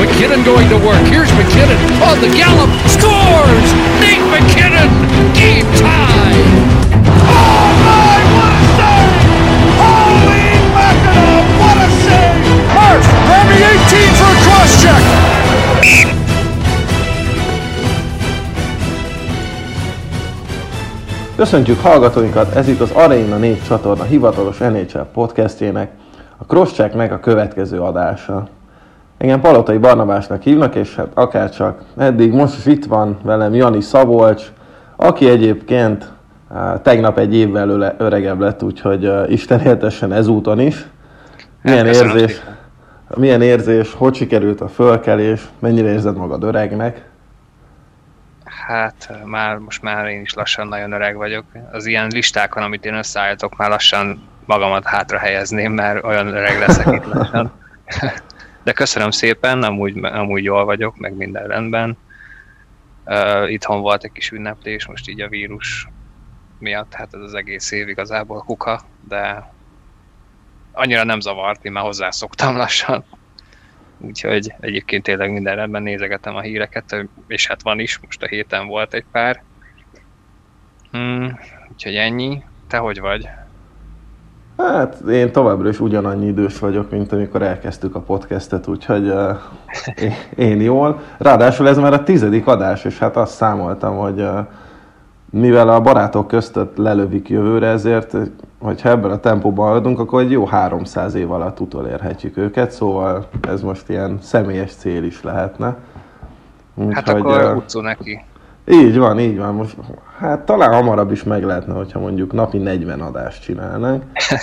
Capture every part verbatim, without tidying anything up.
McKinnon going to work. Here's McKinnon on the gallop. Scores! Nate McKinnon! Game tie! Oh my, what a save! Holy mackerel, what a save! Murph, grab me eighteen for a cross check! Köszöntjük hallgatóinkat, ez itt az Arena négy csatorna hivatalos en há el podcastjének, a crosschecknek a következő adása. Engem Palotai Barnabásnak hívnak, és hát akárcsak eddig, most is itt van velem Jani Szabolcs, aki egyébként tegnap egy évvel öregebb lett, úgyhogy Isten éltessen ezúton is. Milyen érzés, milyen érzés, hogy sikerült a fölkelés, mennyire érzed magad öregnek? Hát már most már én is lassan nagyon öreg vagyok. Az ilyen listákon, amit én összeállítok, már lassan magamat hátra helyezném, mert olyan öreg leszek itt lassan. De köszönöm szépen, amúgy, amúgy jól vagyok, meg minden rendben. Uh, itthon volt egy kis ünneplés, most így a vírus miatt, hát ez az egész év igazából kuka, de annyira nem zavart, én már hozzászoktam lassan. Úgyhogy egyébként tényleg minden rendben, nézegetem a híreket, és hát van is, most a héten volt egy pár. Hmm, úgyhogy ennyi. Te hogy vagy? Hát én továbbra is ugyanannyi idős vagyok, mint amikor elkezdtük a podcastet, úgyhogy uh, én, én jól. Ráadásul ez már a tizedik adás, és hát azt számoltam, hogy uh, mivel a barátok között lelövik jövőre, ezért, hogyha ebben a tempóban haladunk, akkor egy jó háromszáz év alatt utolérhetjük őket, szóval ez most ilyen személyes cél is lehetne. Úgy, hát hogy, akkor uh, utcó neki. Így van, így van. Most, hát talán hamarabb is meg lehetne, hogyha mondjuk napi negyven adást csinálnánk.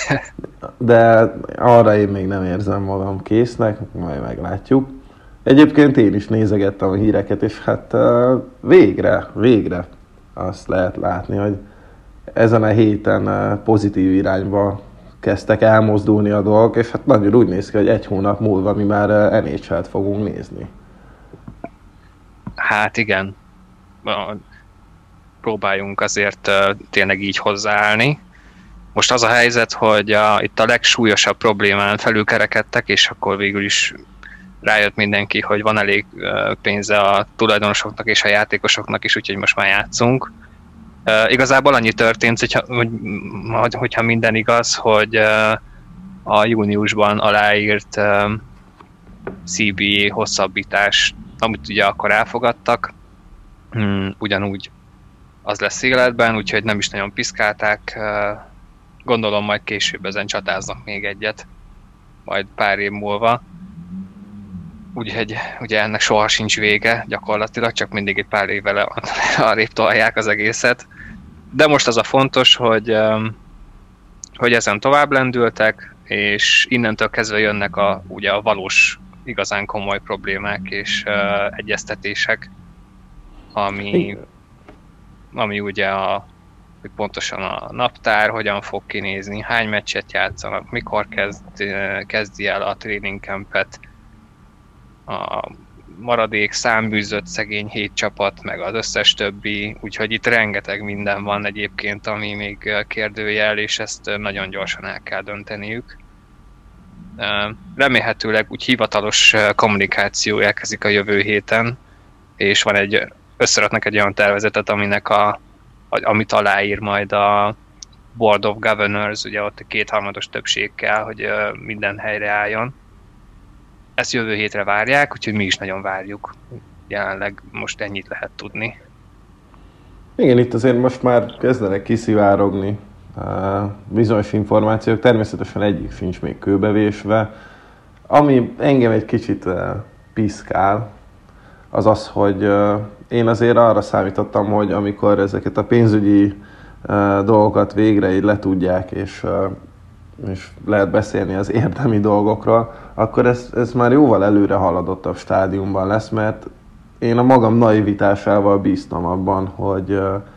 De arra én még nem érzem magam késznek, majd meglátjuk. Egyébként én is nézegettem a híreket, és hát uh, végre, végre azt lehet látni, hogy ezen a héten pozitív irányba kezdtek elmozdulni a dolgok, és hát nagyon úgy néz ki, hogy egy hónap múlva mi már en há el-t fogunk nézni. Hát igen. Próbáljunk azért uh, tényleg így hozzáállni. Most az a helyzet, hogy a, itt a legsúlyosabb problémán felülkerekedtek, és akkor végül is rájött mindenki, hogy van elég uh, pénze a tulajdonosoknak és a játékosoknak is, úgyhogy most már játszunk. Uh, igazából annyi történt, hogyha, hogy, hogyha minden igaz, hogy uh, a júniusban aláírt uh, cé bé á hosszabbítás, amit ugye akkor elfogadtak, um, ugyanúgy az lesz életben, úgyhogy nem is nagyon piszkálták. Uh, gondolom majd később ezen csatáznak még egyet, majd pár év múlva. Úgyhogy ugye ennek soha sincs vége gyakorlatilag, csak mindig egy pár évvel arrébb tolják az egészet. De most az a fontos, hogy, hogy ezen tovább lendültek, és innentől kezdve jönnek a, ugye a valós, igazán komoly problémák és uh, egyeztetések, ami, ami ugye a, hogy pontosan a naptár hogyan fog kinézni, hány meccset játszanak, mikor kezd, kezdi el a training campet, a maradék számbűzött szegény hét csapat, meg az összes többi, úgyhogy itt rengeteg minden van egyébként, ami még kérdőjel, és ezt nagyon gyorsan el kell dönteniük. Remélhetőleg úgy hivatalos kommunikáció elkezdik a jövő héten, és van egy, összeraknak egy olyan tervezetet, aminek a, amit aláír majd a Board of Governors, ugye ott kétharmados többség kell, hogy minden helyre álljon. Ezt jövő hétre várják, úgyhogy mi is nagyon várjuk. Jelenleg most ennyit lehet tudni. Igen, itt azért most már kezdenek kiszivárogni bizonyos információk, természetesen egyik sincs még kőbevésve. Ami engem egy kicsit piszkál, az az, hogy én azért arra számítottam, hogy amikor ezeket a pénzügyi dolgokat végre így letudják, és és lehet beszélni az érdemi dolgokról, akkor ez, ez már jóval előre haladottabb stádiumban lesz, mert én a magam naivitásával bíztam abban, hogy,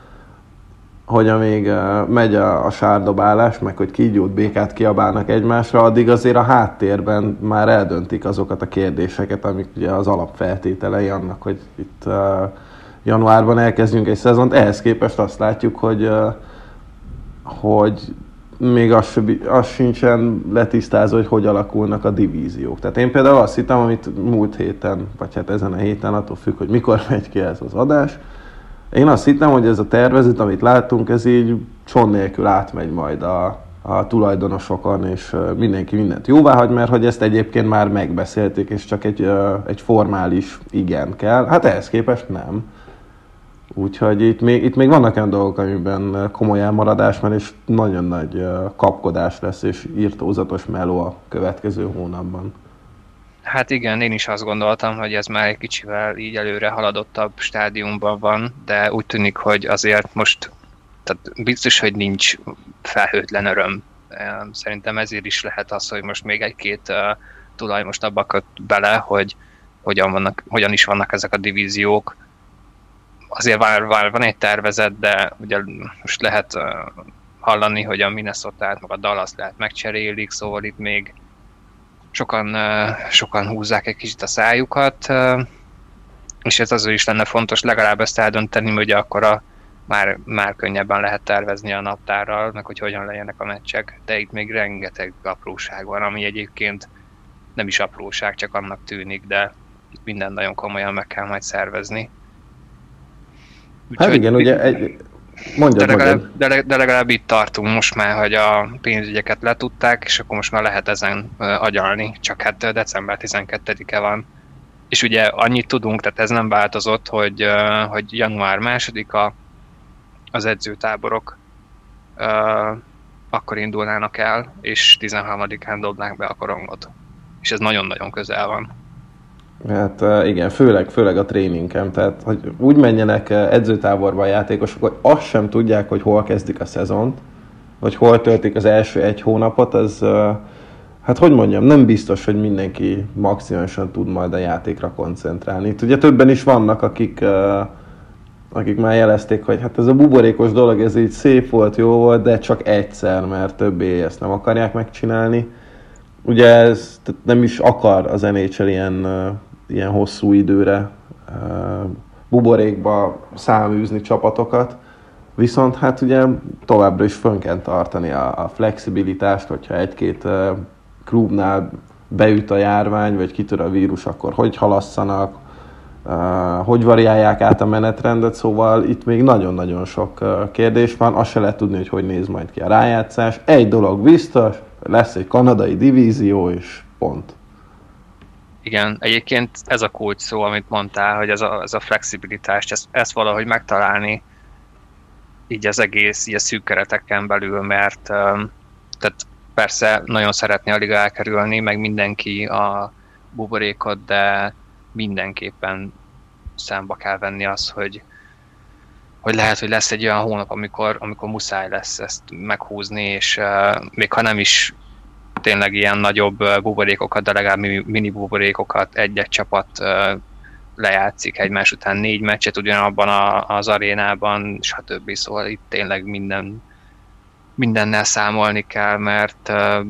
hogy amíg megy a, a sárdobálás, meg hogy kígyót, békát kiabálnak egymásra, addig azért a háttérben már eldöntik azokat a kérdéseket, amik ugye az alapfeltételei annak, hogy itt januárban elkezdjünk egy szezont. Ehhez képest azt látjuk, hogy, hogy még az, se, az sincsen letisztázva, hogy hogy alakulnak a divíziók. Tehát én például azt hittem, amit múlt héten, vagy hát ezen a héten, attól függ, hogy mikor megy ki ez az adás, én azt hittem, hogy ez a tervezet, amit látunk, ez így cson nélkül átmegy majd a, a tulajdonosokon, és mindenki mindent jóváhagy, mert hogy ezt egyébként már megbeszélték, és csak egy, egy formális igen kell. Hát ehhez képest nem. Úgyhogy itt még, itt még vannak olyan dolgok, amiben komoly elmaradás van, és nagyon nagy kapkodás lesz, és irtózatos meló a következő hónapban. Hát igen, én is azt gondoltam, hogy ez már egy kicsivel így előre haladottabb stádiumban van, de úgy tűnik, hogy azért most tehát biztos, hogy nincs felhőtlen öröm. Szerintem ezért is lehet az, hogy most még egy-két uh, tulaj most abba köt bele, hogy hogyan, vannak, hogyan is vannak ezek a divíziók. Azért vár, vár, van egy tervezet, de ugye most lehet uh, hallani, hogy a Minnesota-t, meg a Dallas lehet megcserélik, szóval itt még sokan, uh, sokan húzzák egy kicsit a szájukat, uh, és ez azért is lenne fontos legalább ezt eldönteni, hogy akkor a, már, már könnyebben lehet tervezni a naptárral, meg hogy hogyan legyenek a meccsek, de itt még rengeteg apróság van, ami egyébként nem is apróság, csak annak tűnik, de itt minden nagyon komolyan meg kell majd szervezni. Hát úgy, igen, ugye egy... Mondjad, de, legalább, de, de legalább itt tartunk most már, hogy a pénzügyeket letudták, és akkor most már lehet ezen uh, agyalni, csak hát december tizenkettedike van. És ugye annyit tudunk, tehát ez nem változott, hogy, uh, hogy január másodika az edzőtáborok uh, akkor indulnának el, és tizenharmadikán dobnák be a korongot. És ez nagyon-nagyon közel van. Hát igen, főleg, főleg a tréningem, tehát hogy úgy menjenek edzőtáborba a játékosok, hogy azt sem tudják, hogy hol kezdik a szezont, vagy hol töltik az első egy hónapot, az, hát hogy mondjam, nem biztos, hogy mindenki maximálisan tud majd a játékra koncentrálni. Itt ugye többen is vannak, akik, akik már jelezték, hogy hát ez a buborékos dolog, ez így szép volt, jó volt, de csak egyszer, mert többé ezt nem akarják megcsinálni. Ugye ez nem is akar az en há el ilyen, ilyen hosszú időre buborékba száműzni csapatokat, viszont hát ugye továbbra is fönn kell tartani a, a flexibilitást, hogyha egy-két klubnál beüt a járvány, vagy kitör a vírus, akkor hogy halasszanak, hogy variálják át a menetrendet, szóval itt még nagyon-nagyon sok kérdés van, azt se lehet tudni, hogy hogy néz majd ki a rájátszás. Egy dolog biztos, lesz egy kanadai divízió, és pont. Igen, egyébként ez a kulcs szó, amit mondtál, hogy ez a, ez a flexibilitást, ezt, ezt valahogy megtalálni így az egész így a szűk kereteken belül, mert um, tehát persze nagyon szeretné a liga elkerülni, meg mindenki a buborékot, de mindenképpen számba kell venni az, hogy, hogy lehet, hogy lesz egy olyan hónap, amikor, amikor muszáj lesz ezt meghúzni, és uh, még ha nem is tényleg ilyen nagyobb uh, buborékokat, de legalább mini buborékokat egy-egy csapat uh, lejátszik egymás után négy meccset ugyanabban a, az arénában, stb. Szóval itt tényleg minden, mindennel számolni kell, mert uh,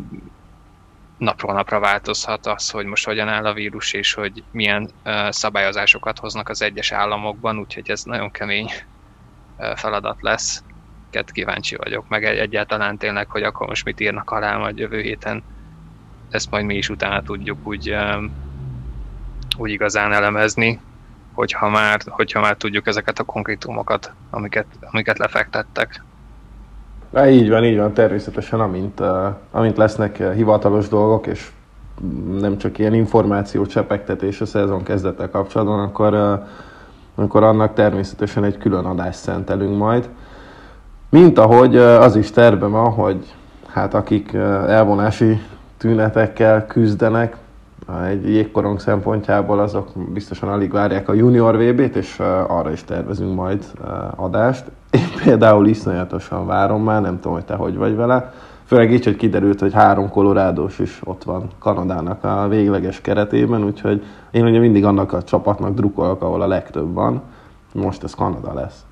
napról napra változhat az, hogy most hogyan áll a vírus, és hogy milyen uh, szabályozásokat hoznak az egyes államokban, úgyhogy ez nagyon kemény uh, feladat lesz. Ket kíváncsi vagyok, meg egy- egyáltalán tényleg, hogy akkor most mit írnak alá majd jövő héten. Ezt majd mi is utána tudjuk úgy, um, úgy igazán elemezni, hogyha már, hogyha már tudjuk ezeket a konkrétumokat, amiket, amiket lefektettek. Na, így van, így van, természetesen, amint, uh, amint lesznek uh, hivatalos dolgok, és nem csak ilyen információ csepegtetés a szezon kezdettel kapcsolatban, akkor, uh, akkor annak természetesen egy külön adást szentelünk majd. Mint ahogy uh, az is tervben van, hogy hát akik uh, elvonási tünetekkel küzdenek, egy jégkorong szempontjából azok biztosan alig várják a junior vé bét, és uh, arra is tervezünk majd uh, adást. Én például iszonyatosan várom már, nem tudom, hogy te hogy vagy vele. Főleg így, hogy kiderült, hogy három kolorádós is ott van Kanadának a végleges keretében, úgyhogy én ugye mindig annak a csapatnak drukkolok, ahol a legtöbb van. Most ez Kanada lesz.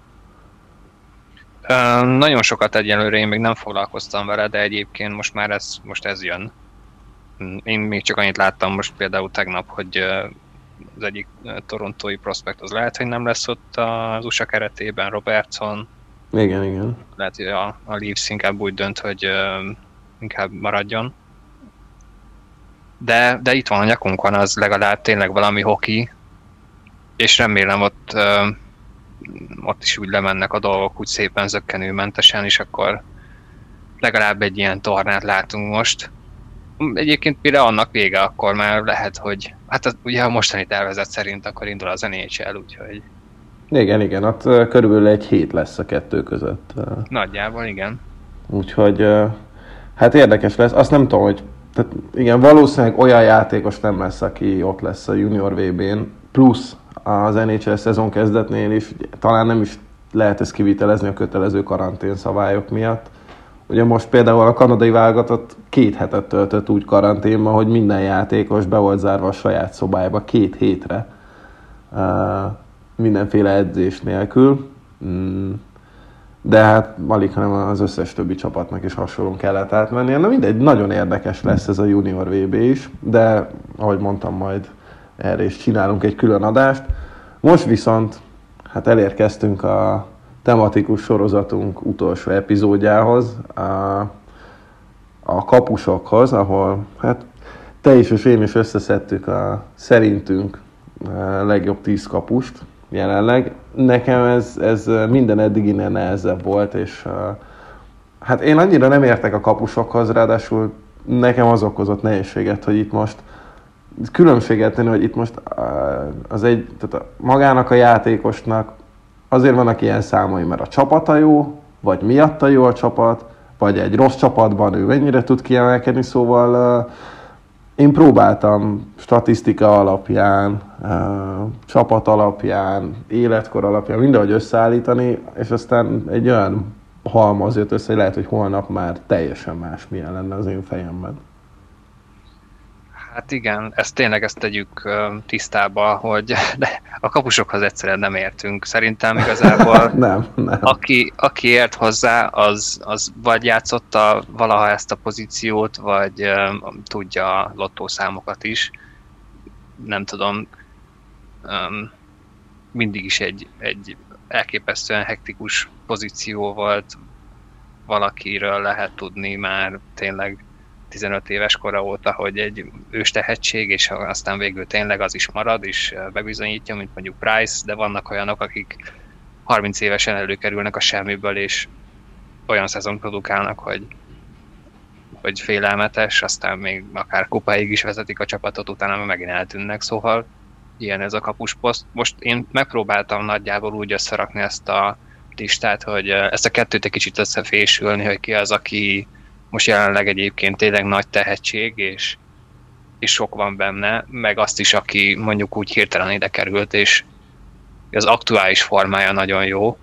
Uh, nagyon sokat egyelőre én még nem foglalkoztam vele, de egyébként most már ez, most ez jön. Én még csak annyit láttam most például tegnap, hogy az egyik torontói prospekt az lehet, hogy nem lesz ott az u es á keretében, Robertson, Igen, igen. Lehet, hogy a, a Leafs inkább úgy dönt, hogy uh, inkább maradjon. De, de itt van a nyakunkon, az legalább tényleg valami hoki, és remélem ott, uh, ott is úgy lemennek a dolgok úgy szépen zökkenőmentesen, és akkor legalább egy ilyen tornát látunk most. Egyébként például annak vége, akkor már lehet, hogy hát az, ugye a mostani tervezet szerint akkor indul az en há el, úgyhogy... Igen, igen, ott uh, körülbelül egy hét lesz a kettő között. Uh, Nagyjából, igen. Úgyhogy uh, hát érdekes lesz. Azt nem tudom, hogy tehát igen, valószínűleg olyan játékos nem lesz, aki ott lesz a junior vé bén, plusz az en há el szezon kezdetnél is, talán nem is lehet ezt kivitelezni a kötelező karantén szabályok miatt. Ugye most például a kanadai válogatott két hetet töltött úgy karanténban, hogy minden játékos be volt zárva a saját szobájába két hétre. Uh, mindenféle edzés nélkül. Mm. De hát alig, hanem az összes többi csapatnak is hasonlóan kellett átmennie. Na mindegy, nagyon érdekes lesz ez a junior vé bé is, de ahogy mondtam, majd erre is csinálunk egy külön adást. Most viszont hát elérkeztünk a tematikus sorozatunk utolsó epizódjához, a, a kapusokhoz, ahol hát te is és én is összeszedtük a szerintünk a legjobb tíz kapust jelenleg. Nekem ez, ez minden eddiginél nehezebb volt, és uh, hát én annyira nem értek a kapusokhoz, ráadásul nekem az okozott nehézséget, hogy itt most különbséget tenni, hogy itt most uh, az egy, tehát magának a játékosnak azért vannak ilyen számai, mert a csapata jó, vagy miatta jó a csapat, vagy egy rossz csapatban ő mennyire tud kiemelkedni, szóval uh, én próbáltam statisztika alapján, uh, csapat alapján, életkor alapján mindenhogy összeállítani, és aztán egy olyan halmaz jött össze, hogy lehet, hogy holnap már teljesen más milyen lenne az én fejemben. Hát igen, ezt tényleg ezt tegyük tisztába, hogy de a kapusokhoz egyszerűen nem értünk. Szerintem igazából nem, nem. Aki, aki ért hozzá, az, az vagy játszotta valaha ezt a pozíciót, vagy um, tudja a lottószámokat is. Nem tudom, um, mindig is egy, egy elképesztően hektikus pozíció volt. Valakiről lehet tudni már tényleg tizenöt éves kora óta, hogy egy ős tehetség, és aztán végül tényleg az is marad, és bebizonyítja, mint mondjuk Price, de vannak olyanok, akik harminc évesen előkerülnek a semmiből, és olyan szezon produkálnak, hogy, hogy félelmetes, aztán még akár kupáig is vezetik a csapatot, utána megint eltűnnek, szóval ilyen ez a kapusposzt. Most én megpróbáltam nagyjából úgy összerakni ezt a listát, hogy ezt a kettőt egy kicsit összefésülni, hogy ki az, aki most jelenleg egyébként tényleg nagy tehetség, és, és sok van benne, meg azt is, aki mondjuk úgy hirtelen ide került, és az aktuális formája nagyon jó,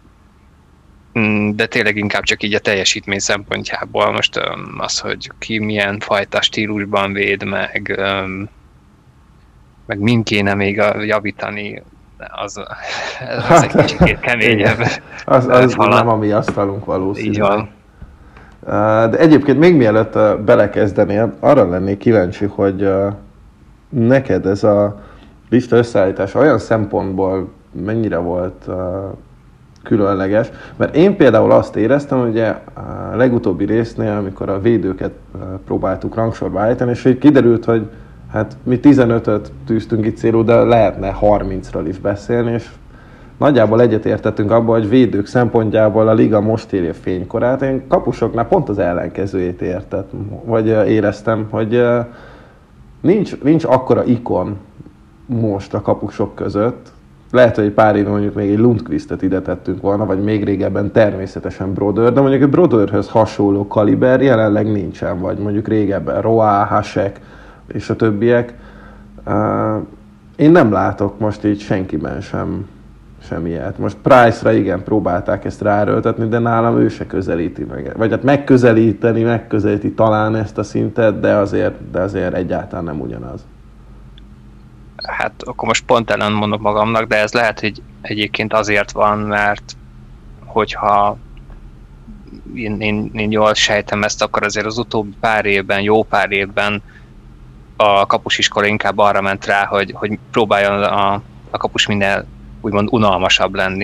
de tényleg inkább csak így a teljesítmény szempontjából most az, hogy ki milyen fajta stílusban véd, meg, meg mind kéne még javítani, az, az egy kicsit keményebb. az az nem a mi asztalunk valószínűleg. Így van. De egyébként még mielőtt belekezdenél, arra lennék kíváncsi, hogy neked ez a lista összeállítása olyan szempontból mennyire volt különleges, mert én például azt éreztem, hogy a legutóbbi résznél, amikor a védőket próbáltuk rangsorba állítani, és hogy kiderült, hogy hát mi tizenötöt tűztünk itt célul, de lehetne harmincról is beszélni, és nagyjából egyetértettünk abban, hogy védők szempontjából a liga most éli a fénykorát. Én kapusoknál pont az ellenkezőjét értett, vagy éreztem, hogy nincs, nincs akkora ikon most a kapusok között. Lehet, hogy egy pár éve mondjuk még egy Lundqvistet ide tettünk volna, vagy még régebben természetesen Brodeur, de mondjuk egy Brodeurhöz hasonló kaliber jelenleg nincsen, vagy mondjuk régebben Roa, Hasek és a többiek. Én nem látok most így senkiben sem semmilyet. Most Price-ra igen, próbálták ezt ráerőltetni, de nálam ő se közelíti meg. Vagy hát megközelíteni, megközelíti talán ezt a szintet, de azért, de azért egyáltalán nem ugyanaz. Hát akkor most pont ellen mondok magamnak, de ez lehet, hogy egyébként azért van, mert hogyha én, én, én jól sejtem ezt, akkor azért az utóbbi pár évben, jó pár évben a kapusiskola inkább arra ment rá, hogy, hogy próbáljon a, a kapus minél úgymond unalmasabb lenni,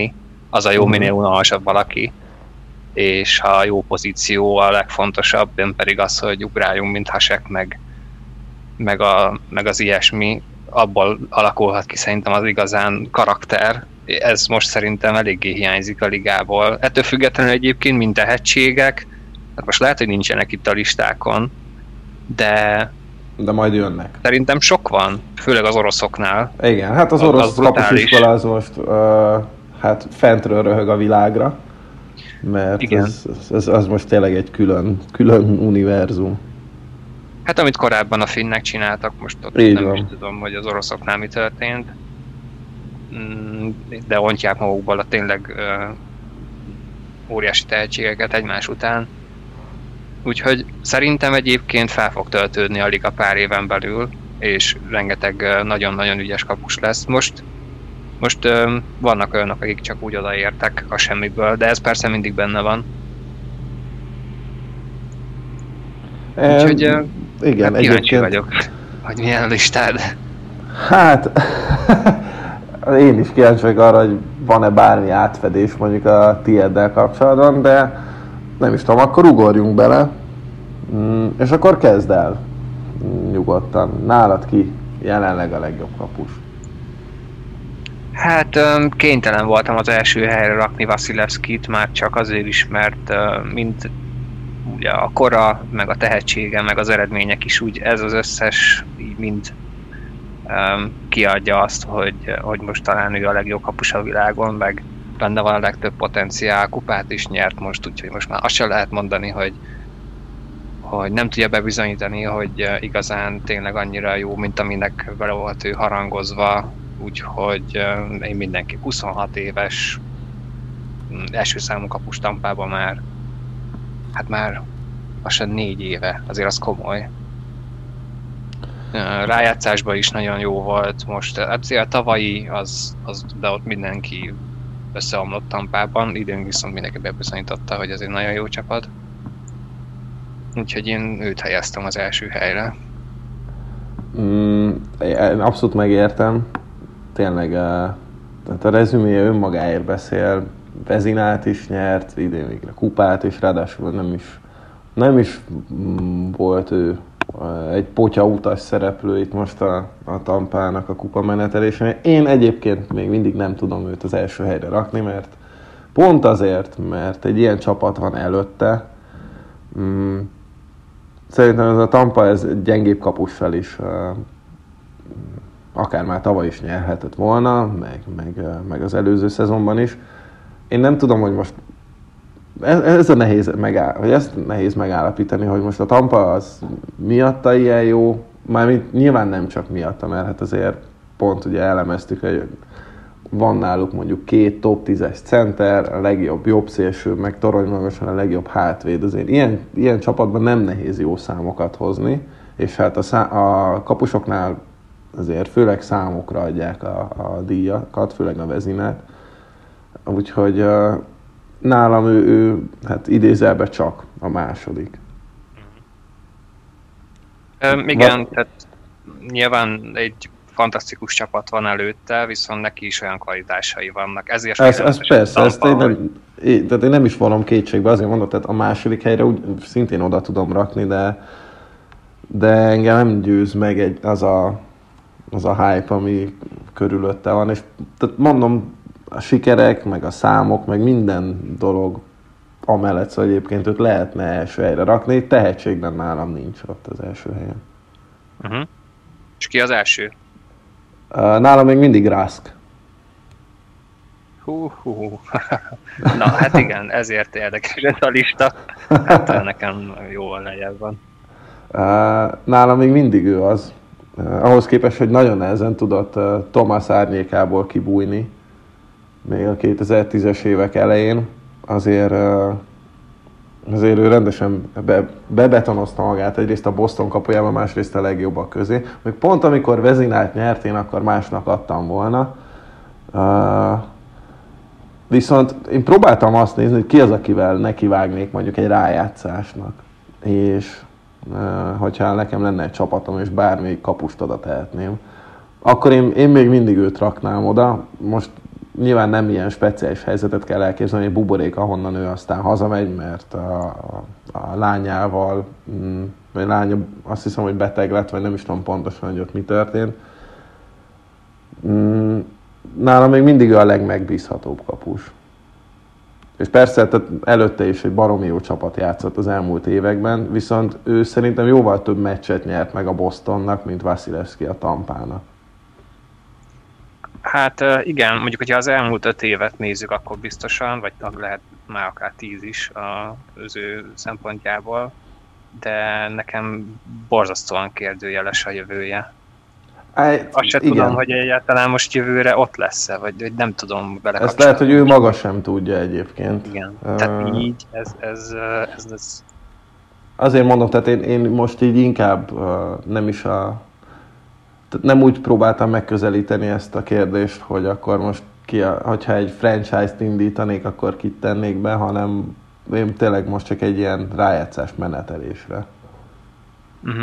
az a jó, minél unalmasabb valaki, és a jó pozíció a legfontosabb, én pedig az, hogy ugráljunk, mint hasek, meg, meg, a, meg az ilyesmi, abból alakulhat ki szerintem az igazán karakter. Ez most szerintem eléggé hiányzik a ligából. Ettől függetlenül egyébként, mint tehetségek, hát most lehet, hogy nincsenek itt a listákon, de de majd jönnek. Szerintem sok van, főleg az oroszoknál. Igen, hát az, az orosz kapusiskola az most uh, hát fentről röhög a világra, mert ez, ez, az most tényleg egy külön, külön univerzum. Hát amit korábban a finnek csináltak, most ott így nem van. is tudom, hogy az oroszoknál mi történt. De ontják magukból a tényleg uh, óriási tehetségeket egymás után. Úgyhogy szerintem egyébként fel fog töltődni a liga pár éven belül, és rengeteg nagyon-nagyon ügyes kapus lesz. Most, most um, vannak olyanok, akik csak úgy odaértek a semmiből, de ez persze mindig benne van. E, Úgyhogy uh, igen, hát kíváncsi egyébként... vagyok, hogy milyen a listád. Hát, én is kíváncsi vagyok arra, hogy van-e bármi átfedés mondjuk a tieddel kapcsolatban, de nem is tudom, akkor ugorjunk bele, és akkor kezd el nyugodtan. Nálad ki jelenleg a legjobb kapus? Hát kénytelen voltam az első helyre rakni Vasilevskit, már csak azért is, mert mind ugye a kora, meg a tehetsége, meg az eredmények is úgy, ez az összes így mind um, kiadja azt, hogy, hogy most talán ő a legjobb kapus a világon, meg benne van a legtöbb potenciál, kupát is nyert most, úgyhogy most már azt sem lehet mondani, hogy, hogy nem tudja bebizonyítani, hogy igazán tényleg annyira jó, mint aminek vele volt ő harangozva, úgyhogy én mindenki huszonhat éves, első számú kapus Tampában már, hát már lassan négy éve, azért az komoly. Rájátszásban is nagyon jó volt most, azért a tavalyi, az, az, de ott mindenki összeomlott Tampában, idén viszont mindenki bebizonyította, hogy ez egy nagyon jó csapat. Úgyhogy én őt helyeztem az első helyre. Mm, én abszolút megértem. Tényleg a, tehát a rezüméje önmagáért beszél. Vezinát is nyert, idén végre kupát, és ráadásul nem is, nem is volt ő egy potya utas szereplő itt most a, a Tampának a kupa menetelésén. Én egyébként még mindig nem tudom őt az első helyre rakni, mert pont azért, mert egy ilyen csapat van előtte. Mm, szerintem ez a Tampa ez gyengébb kapussal is akár már tavaly is nyerhetett volna, meg, meg, meg az előző szezonban is. Én nem tudom, hogy most ez, ez a nehéz, megáll, vagy ezt nehéz megállapítani, hogy most a Tampa az miatta ilyen jó, mármint nyilván nem csak miatta, mert hát azért pont ugye elemeztük, hogy van náluk mondjuk két top tízes center, a legjobb jobb szélső, meg torony magasan a legjobb hátvéd. Azért ilyen, ilyen csapatban nem nehéz jó számokat hozni, és hát a, szá- a kapusoknál azért főleg számokra adják a, a díjakat, főleg a Vezinát. Úgyhogy uh, nálam ő, ő hát idézelbe csak a második. Um, igen, Va- tehát nyilván egy fantasztikus csapat van előtte, viszont neki is olyan kvalitásai vannak. Ezért ez, ez persze, ezt én nem, én, tehát én nem is vonom kétségbe, azért mondom, tehát a második helyre úgy szintén oda tudom rakni, de, de engem nem győz meg egy, az, a, az a hype, ami körülötte van, és tehát mondom, a sikerek, meg a számok, meg minden dolog amellett, szóval egyébként őt lehetne első helyre rakni, tehetségben nálam nincs ott az első helyen. Uh-huh. És ki az első? Nálam még mindig Rask. Hú, hú, hú. Na, hát igen, ezért érdekes ez a lista. Hát nekem jóval lejjebb van. Nálam még mindig ő az. Ahhoz képest, hogy nagyon nehezen tudott Thomas árnyékából kibújni, még a kétezer-tízes évek elején, azért, azért ő rendesen be, bebetonozta magát egyrészt a Boston kapujában, másrészt a legjobbak közé. Még pont amikor Vezinát nyert, én akkor másnak adtam volna. Uh, viszont én próbáltam azt nézni, hogy ki az, akivel nekivágnék mondjuk egy rájátszásnak. És uh, hogyha nekem lenne egy csapatom, és bármelyik kapust oda tehetném, akkor én, én még mindig őt raknám oda. Most nyilván nem ilyen speciális helyzetet kell elképzelni, hogy buborék, ahonnan ő aztán hazamegy, mert a, a, a lányával, vagy lánya azt hiszem, hogy beteg lett, vagy nem is tudom pontosan, hogy ott mi történt. Nálam még mindig ő a legmegbízhatóbb kapus. És persze, tehát előtte is egy baromi jó csapat játszott az elmúlt években, viszont ő szerintem jóval több meccset nyert meg a Bostonnak, mint Vasilevskiy a Tampának. Hát igen, mondjuk, hogyha az elmúlt öt évet nézzük, akkor biztosan, vagy lehet már akár tíz is az ő szempontjából, de nekem borzasztóan kérdőjeles a jövője. I, Azt sem tudom, hogy egyáltalán most jövőre ott lesz-e, vagy, vagy nem tudom vele ezt lehet, hogy ő maga sem tudja egyébként. Igen, uh, tehát így, ez, ez, ez, ez... Azért mondom, tehát én, én most így inkább uh, nem is a... Tehát nem úgy próbáltam megközelíteni ezt a kérdést, hogy akkor most ki a, hogyha egy franchise-t indítanék, akkor kit tennék be, hanem én tényleg most csak egy ilyen rájátszás menetelésre. Uh-huh.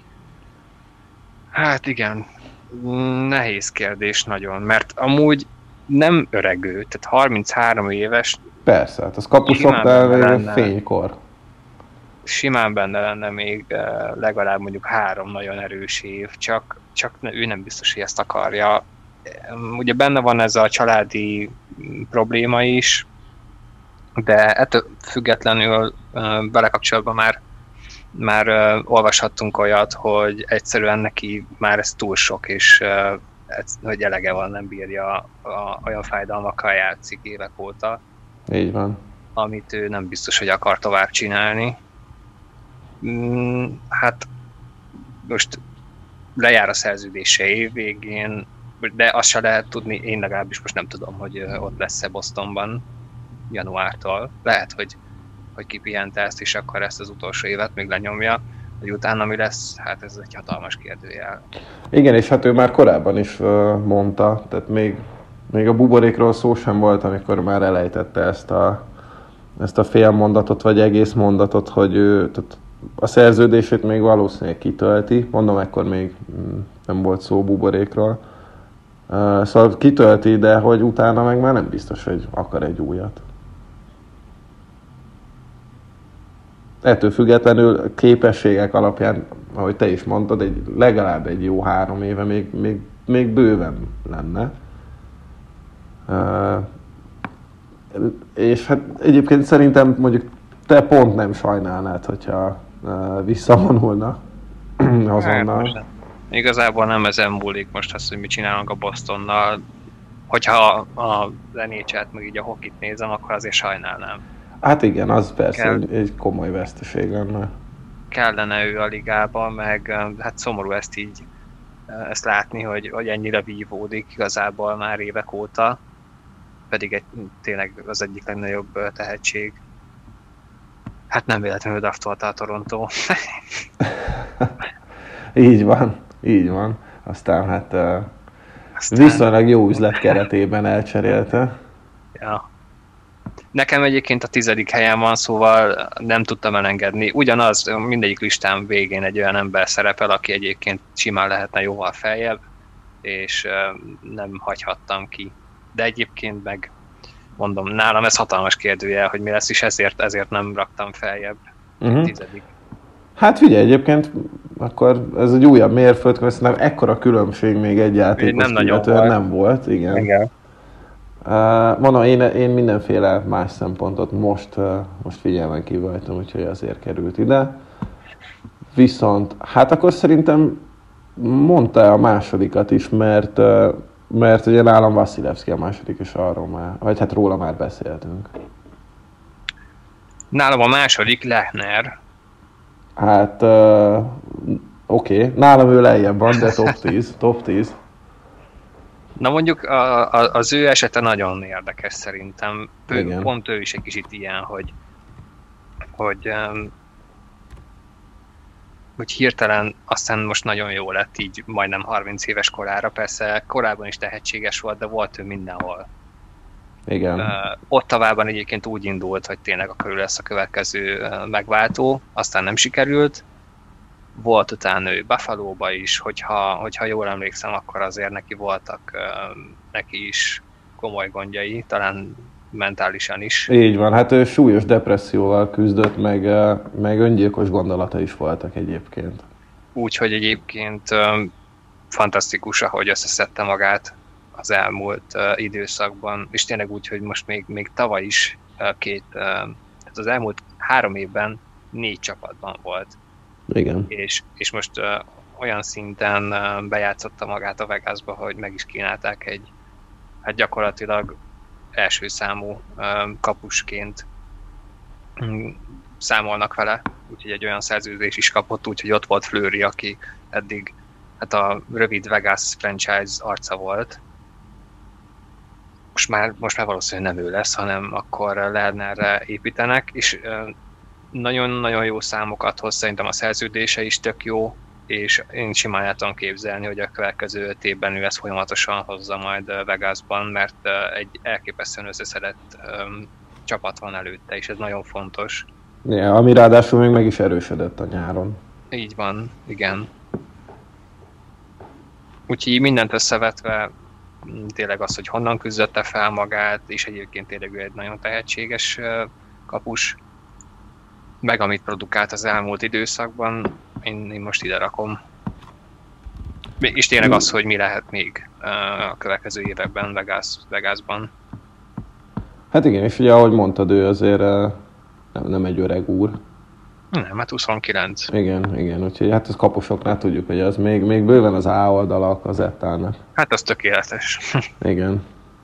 Hát igen, nehéz kérdés nagyon, mert amúgy nem öregő, tehát harminchárom éves. Persze, hát az kapusoknál fénykor. Simán benne lenne még legalább mondjuk három nagyon erős év, csak, csak ő nem biztos, hogy ezt akarja. Ugye benne van ez a családi probléma is, de ettől függetlenül belekapcsolatban már Már uh, olvashattunk olyat, hogy egyszerűen neki már ez túl sok, és uh, ez, hogy elege van, nem bírja a, olyan fájdalmakkal játszik évek óta. Így van. Amit ő nem biztos, hogy akar tovább csinálni. Mm, hát most lejár a szerződése év végén, de azt se lehet tudni, én legalábbis most nem tudom, hogy ott lesz-e Bostonban januártól. Lehet, hogy hogy kipihente ezt, és akkor ezt az utolsó évet még lenyomja, hogy utána mi lesz, hát ez egy hatalmas kérdőjel. Igen, és hát ő már korábban is mondta, tehát még, még a buborékról szó sem volt, amikor már elejtette ezt a, ezt a fél mondatot, vagy egész mondatot, hogy ő tehát a szerződését még valószínűleg kitölti, mondom, ekkor még nem volt szó buborékról. Szóval kitölti, de hogy utána meg már nem biztos, hogy akar egy újat. Ettől függetlenül képességek alapján, ahogy te is mondtad, egy, legalább egy jó három éve még, még, még bőven lenne. Uh, és hát egyébként szerintem mondjuk te pont nem sajnálnád, hogyha uh, visszavonulna azonnal. Hát, igazából nem ezen múlik most az, hogy mit csinálunk a Bostonnal. Hogyha az en há el-t meg így a hokit nézem, akkor azért sajnálnám. Hát igen, az persze Kell, egy, egy komoly veszteség lenne. Kellene ő a ligába, meg hát szomorú ezt így ezt látni, hogy, hogy ennyire vívódik igazából már évek óta, pedig egy, tényleg az egyik legnagyobb tehetség. Hát nem véletlenül draftolta a Toronto. Így van, így van. Aztán hát Aztán... viszonylag jó üzlet keretében elcserélte. Ja. Nekem egyébként a tizedik helyen van, szóval nem tudtam elengedni. Ugyanaz, mindegyik listám végén egy olyan ember szerepel, aki egyébként simán lehetne jóval feljebb, és nem hagyhattam ki. De egyébként meg mondom, nálam ez hatalmas kérdője, hogy mi lesz, és ezért, ezért nem raktam feljebb. Uh-huh. Tizedik. Hát figyelj, egyébként akkor ez egy újabb mérföldkő, szerintem ekkora különbség még egy játékos illetően nem volt. Igen. Igen. Uh, mondom, én, én mindenféle más szempontot most, uh, most figyelmen kívül hagytam, úgyhogy azért került ide. Viszont, hát akkor szerintem mondta a másodikat is, mert, uh, mert ugye nálam Vasilevskiy a második, és arról már, vagy hát róla már beszéltünk. Nálam a második Lehner. Hát, uh, oké, okay. Nálam ő lejjebb van, de top tíz, top tíz. Na mondjuk a, a, az ő esete nagyon érdekes szerintem. Ő, pont ő is egy kicsit ilyen, hogy, hogy, um, hogy hirtelen aztán most nagyon jó lett így majdnem harminc éves korára. Persze korábban is tehetséges volt, de volt ő mindenhol. Igen. Uh, Ottavában egyébként úgy indult, hogy tényleg akkor ő lesz a következő uh, megváltó, aztán nem sikerült. Volt utána ő Buffalo-ba is, hogyha, hogyha jól emlékszem, akkor azért neki voltak uh, neki is komoly gondjai, talán mentálisan is. Így van, hát ő súlyos depresszióval küzdött, meg, meg öngyilkos gondolata is voltak egyébként. Úgyhogy egyébként fantasztikus, ahogy összeszedte magát az elmúlt uh, időszakban, és tényleg úgy, hogy most még, még tavaly is uh, két, uh, hát az elmúlt három évben négy csapatban volt. Igen. És, és most uh, olyan szinten uh, bejátszotta magát a Vegasba, hogy meg is kínálták egy, hát gyakorlatilag első számú uh, kapusként um, számolnak vele, úgyhogy egy olyan szerződés is kapott, úgyhogy ott volt Fleury, aki eddig hát a rövid Vegas franchise arca volt. Most már, most már valószínűleg nem ő lesz, hanem akkor Lernerre építenek, és nagyon-nagyon jó számokat hoz, szerintem a szerződése is tök jó, és én simán el tudom képzelni, hogy a következő öt évben ő ezt folyamatosan hozza majd Vegasban, mert egy elképesztően összeszedett um, csapat van előtte, és ez nagyon fontos. Ja, ami ráadásul még meg is erősödött a nyáron. Így van, igen. Úgyhogy mindent összevetve, tényleg az, hogy honnan küzdötte fel magát, és egyébként tényleg ő egy nagyon tehetséges kapus, meg amit produkált az elmúlt időszakban, én, én most ide rakom. És tényleg az, hogy mi lehet még a következő években Vegas, Vegasban. Hát igen, és ugye ahogy mondtad, ő azért nem, nem egy öreg úr. Nem, hát huszonkilenc. Igen, igen, úgyhogy hát ez kapusoknál tudjuk, hogy az még, még bőven az A oldala a kazettának. Hát az tökéletes. Igen.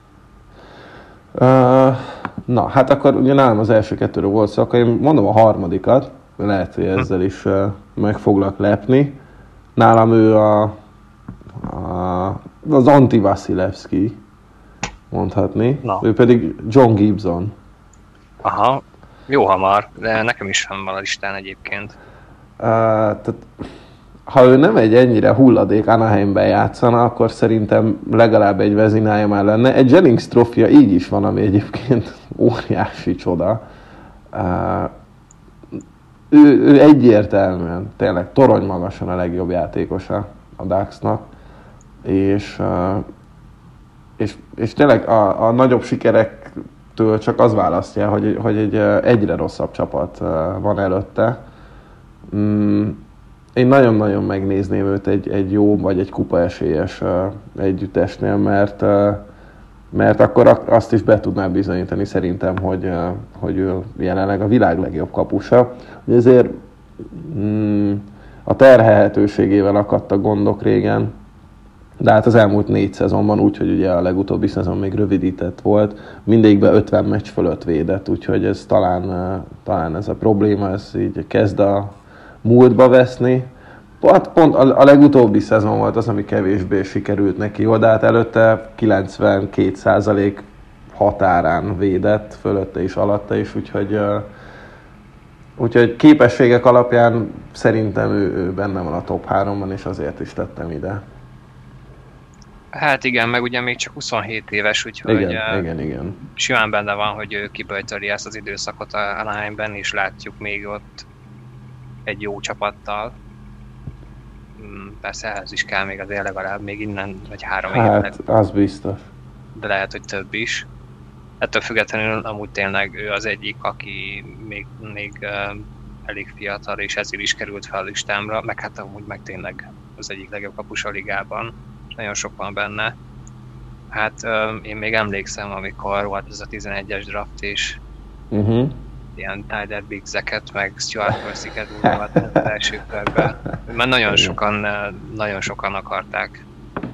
Uh, na, hát akkor ugye nálam az első kettőről volt szó, akkor én mondom a harmadikat, lehet, hogy ezzel is uh, meg foglak lepni. Nálam ő a, a az anti-Vasilevski, mondhatni. Na. Ő pedig John Gibson. Aha. Jó hamar, de nekem is van a listán egyébként. Uh, tehát, ha ő nem egy ennyire hulladék Anaheimben játszana, akkor szerintem legalább egy vezinája már lenne. Egy Jennings trófia így is van, ami egyébként óriási csoda. Uh, ő, ő egyértelműen, tényleg torony magasan a legjobb játékosa a Ducksnak. És, uh, és, és tényleg a, a nagyobb sikerek től csak az választja, hogy, hogy egy egyre rosszabb csapat van előtte. Én nagyon-nagyon megnézném őt egy, egy jó vagy egy kupaesélyes együttesnél, mert, mert akkor azt is be tudná bizonyítani szerintem, hogy, hogy ő jelenleg a világ legjobb kapusa. Ezért a terhelhetőségével akadtak gondok régen, de hát az elmúlt négy szezonban úgy, hogy ugye a legutóbbi szezon még rövidített volt, mindegyikben ötven meccs fölött védett, úgyhogy ez talán, talán ez a probléma, ez így kezd a múltba veszni. Pont, pont a, a legutóbbi szezon volt az, ami kevésbé sikerült neki jól, de hát előtte kilencvenkét százalék határán védett, fölötte és alatta is, úgyhogy, úgyhogy képességek alapján szerintem ő, ő benne van a top háromban, és azért is tettem ide. Hát igen, meg ugye még csak huszonhét éves, úgyhogy igen, uh, igen, igen. simán benne van, hogy ő kiböjtöli ezt az időszakot a Anaheimben, és látjuk még ott egy jó csapattal. Persze ehhez is kell még azért legalább még innen, vagy három év. Hát, az biztos. De lehet, hogy több is. Ettől függetlenül amúgy tényleg ő az egyik, aki még, még uh, elég fiatal, és ezért is került fel a listámra, meg hát amúgy meg tényleg az egyik legjobb kapus a ligában. Nagyon sok van benne. Hát um, én még emlékszem, amikor volt ez a tizenegyes draft, és uh-huh. ilyen Tyler Biggs-eket, meg Stuart Percy-ket úgy az első körben. Mert nagyon sokan, nagyon sokan akarták.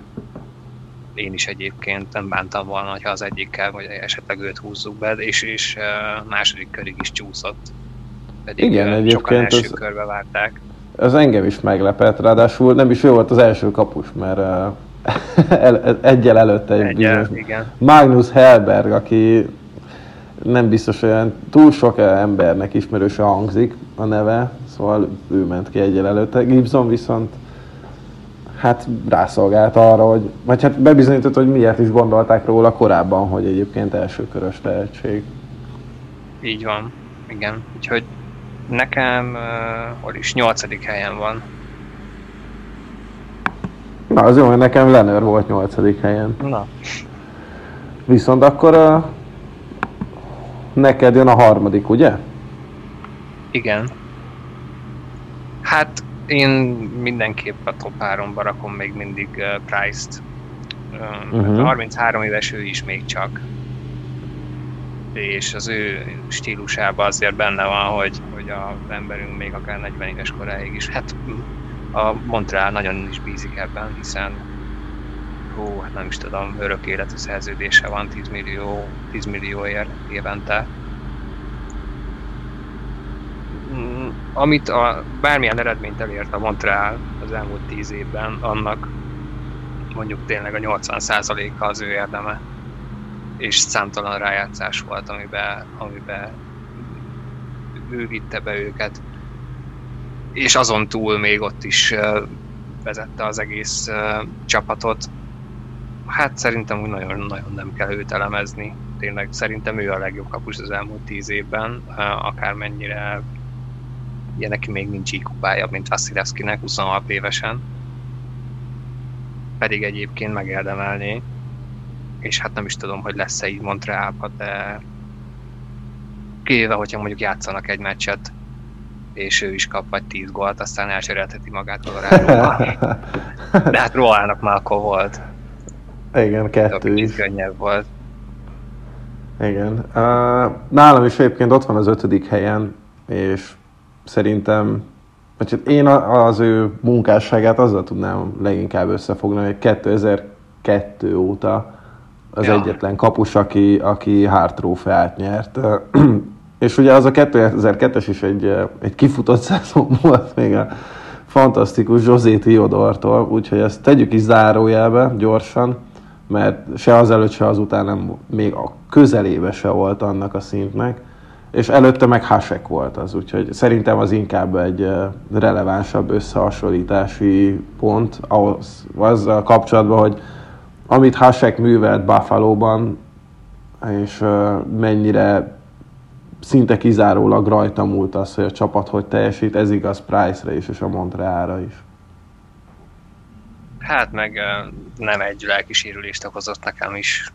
Én is egyébként nem bántam volna, hogyha az egyikkel, vagy esetleg őt húzzuk be, és, és második körig is csúszott. Pedig igen, egyébként sokan első ez, körbe várták. Ez engem is meglepett, ráadásul nem is ő volt az első kapus, mert uh, egyel előtte egy egyel, igen. Magnus Hellberg, aki nem biztos olyan túl sok embernek ismerősen hangzik a neve, szóval ő ment ki egyel előtte. Gibson viszont hát rászolgált arra, hogy, vagy hát bebizonyított, hogy miért is gondolták róla korábban, hogy egyébként elsőkörös tehetség. Így van, igen. Úgyhogy nekem uh, hol is nyolcadik helyen van. Na, az jó, hogy nekem Lehner volt nyolcadik helyen. Na. Viszont akkor a... neked jön a harmadik, ugye? Igen. Hát én mindenképp a top háromba rakom még mindig uh, Price-t. Uh, uh-huh. harminchárom éves ő is még csak. És az ő stílusában azért benne van, hogy, hogy az emberünk még akár negyven éves koráig is. Hát a Montreal nagyon is bízik ebben, hiszen ó, hát nem is tudom, örök életű szerződése van tíz millió, tíz millióért évente. Amit a, bármilyen eredményt elért a Montreal az elmúlt tíz évben, annak mondjuk tényleg a nyolcvan százaléka az ő érdeme. És számtalan rájátszás volt, amiben, amiben ő vitte be őket. És azon túl még ott is vezette az egész csapatot. Hát szerintem úgy nagyon-nagyon nem kell őt elemezni. Tényleg szerintem ő a legjobb kapus az elmúlt tíz évben, akármennyire ugye neki még nincs így kupája, mint Vasilevskinek huszonhat évesen. Pedig egyébként megérdemelné. És hát nem is tudom, hogy lesz-e így Montrealban, de kivéve, hogyha mondjuk játszanak egy meccset, és ő is kap vagy tíz gólt, aztán elcserélheti magát Colorado-ban. De hát Roának már akkor volt. Igen, kettő is. Könnyebb volt. Igen. Uh, nálam is egyébként ott van az ötödik helyen, és szerintem én az ő munkásságát azzal tudnám leginkább összefoglalni, hogy kétezer-kettő óta az ja. egyetlen kapus, aki, aki Hart trófeát nyert. És ugye az a kétezer-kettes is egy, egy kifutott szezon volt még a fantasztikus José Theodore-tól, úgyhogy ezt tegyük is zárójelbe gyorsan, mert se azelőtt, se azután nem, még a közelébe se volt annak a szintnek, és előtte meg Hasek volt az, úgyhogy szerintem az inkább egy relevánsabb összehasonlítási pont ahhoz, azzal kapcsolatban, hogy amit Hasek művelt Buffalo-ban, és mennyire szinte kizárólag rajta múlt az, hogy a csapat hogy teljesít, ez igaz Price-ra is, és a Montrealra is. Hát meg nem egy lelkisérülést okozott nekem is.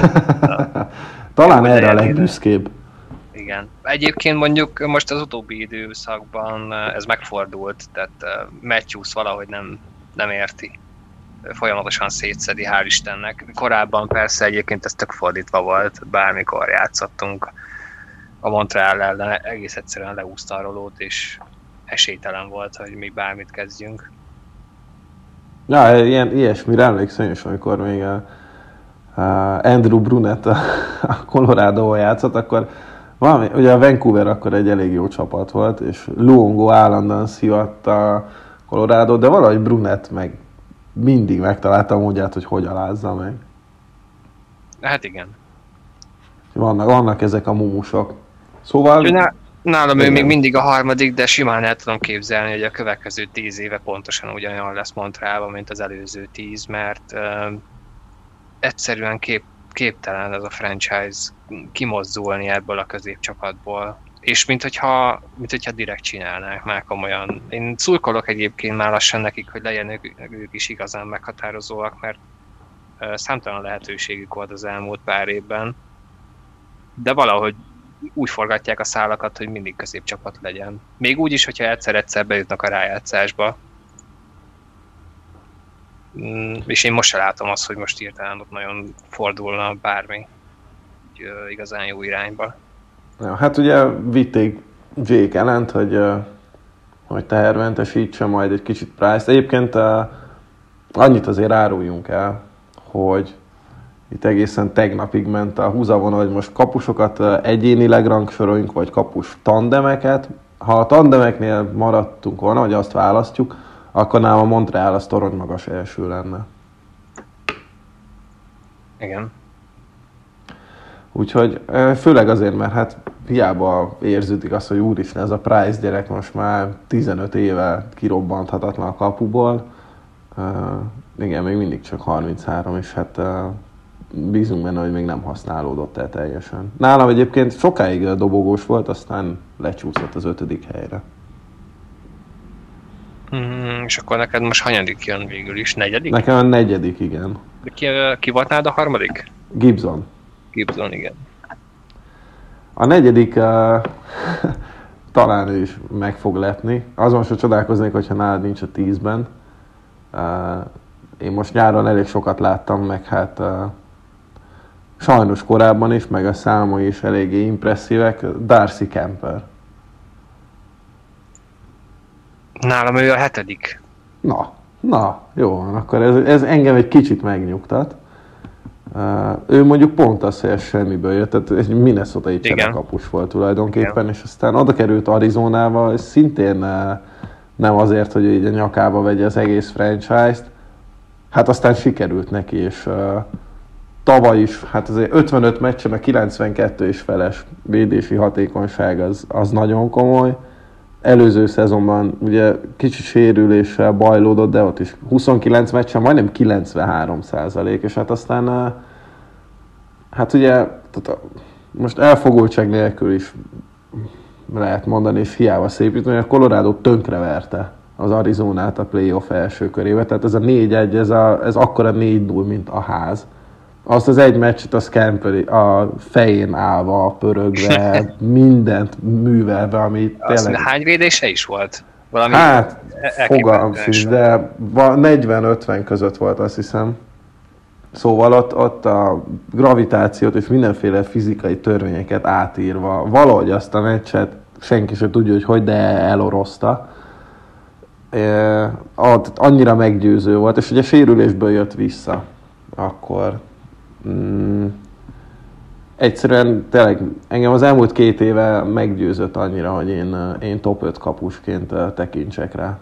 Talán erre a legbüszkébb. Igen. Egyébként mondjuk most az utóbbi időszakban ez megfordult, tehát Matthews valahogy nem, nem érti. Folyamatosan szétszedi, hál' Istennek. Korábban persze egyébként ez tök fordítva volt, bármikor játszottunk a Montreal ellen, egész egyszerűen leúszta a rolót, és esélytelen volt, hogy mi bármit kezdjünk. Ja, ilyen, ilyesmire emlékszem is, amikor még a, a Andrew Brunett a, a Colorado-val játszott, akkor valami, ugye a Vancouver akkor egy elég jó csapat volt, és Luongo állandóan szívatta a Colorado, de valahogy Brunett meg mindig megtalálta a módját, hogy hogy alázza meg. Hát igen. Vannak, vannak ezek a mumusok. Szóval... Ná, nálam igen. Ő még mindig a harmadik, de simán el tudom képzelni, hogy a következő tíz éve pontosan ugyanolyan lesz Montrealban, mint az előző tíz, mert uh, egyszerűen kép, képtelen ez a franchise kimozdulni ebből a középcsapatból. És mint hogyha, mint hogyha direkt csinálnák már komolyan. Én szurkolok egyébként már lassan nekik, hogy legyenek ők is igazán meghatározóak, mert uh, számtalan lehetőségük volt az elmúlt pár évben. De valahogy úgy forgatják a szálakat, hogy mindig középcsapat legyen. Még úgy is, hogyha egyszer-egyszer bejutnak a rájátszásba. Mm, és én most se látom azt, hogy most hirtelen ott nagyon fordulna bármi úgy, uh, igazán jó irányba. Ja, hát ugye vitték Jake Allent, hogy, hogy tehermentesítse majd egy kicsit Price-t. Egyébként annyit azért áruljunk el, hogy itt egészen tegnapig ment a húzavona, hogy most kapusokat egyénileg rangsorolunk, vagy kapus tandemeket. Ha a tandemeknél maradtunk volna, hogy azt választjuk, akkor nálam a Montreal az torony magas első lenne. Igen. Úgyhogy főleg azért, mert hát hiába érződik az, hogy úristen, ez a Price gyerek most már tizenöt éve kirobbanthatatlan a kapuból. Uh, igen, még mindig csak harminchárom, és hát uh, bízunk benne, hogy még nem használódott el teljesen. Nálam egyébként sokáig dobogós volt, aztán lecsúszott az ötödik helyre. Mm, és akkor neked most hanyadik jön végül is? Negyedik? Nekem a negyedik, igen. Ki, ki volt nálad a harmadik? Gibson. Gibson, igen. A negyedik uh, talán ő is meg fog lepni. Azon sem csodálkoznék, hogyha nálad nincs a tízben. Uh, én most nyáron elég sokat láttam, meg hát uh, sajnos korábban is, meg a számai is eléggé impresszívek. Darcy Kemper. Nálam ő a hetedik. Na, na, jó van, akkor ez, ez engem egy kicsit megnyugtat. Uh, ő mondjuk pont az, hogy ez semmiből jött, tehát egy Minnesota-i cserekapus volt tulajdonképpen, igen. És aztán oda került Arizonába, és szintén uh, nem azért, hogy így a nyakába vegye az egész franchise-t, hát aztán sikerült neki, és uh, tavaly is, hát azért ötvenöt meccsen a kilencvenkettő és feles védési hatékonyság az, az nagyon komoly. Előző szezonban ugye kicsi sérüléssel bajlódott, de ott is huszonkilenc meccsen majdnem kilencvenhárom százalék, és hát aztán hát ugye tehát most elfogultság nélkül is lehet mondani, és hiába szépíteni, a Colorado tönkreverte az Arizonát a playoff első körébe, tehát ez a négy egy, ez, a, ez akkora négy null, mint a ház. Azt az egy meccset a Scamperi a fején állva, pörögve, mindent művelve, ami tényleg... Hány védése is volt? Valami hát, fogalmam sincs, de negyven-ötven között volt, azt hiszem. Szóval ott, ott a gravitációt és mindenféle fizikai törvényeket átírva, valahogy azt a meccset senki sem tudja, hogy hogy, de elorozta. E, annyira meggyőző volt, és ugye sérülésből jött vissza. Akkor... Mm, egyszerűen tényleg engem az elmúlt két éve meggyőzött annyira, hogy én, én top öt kapusként tekintsek rá.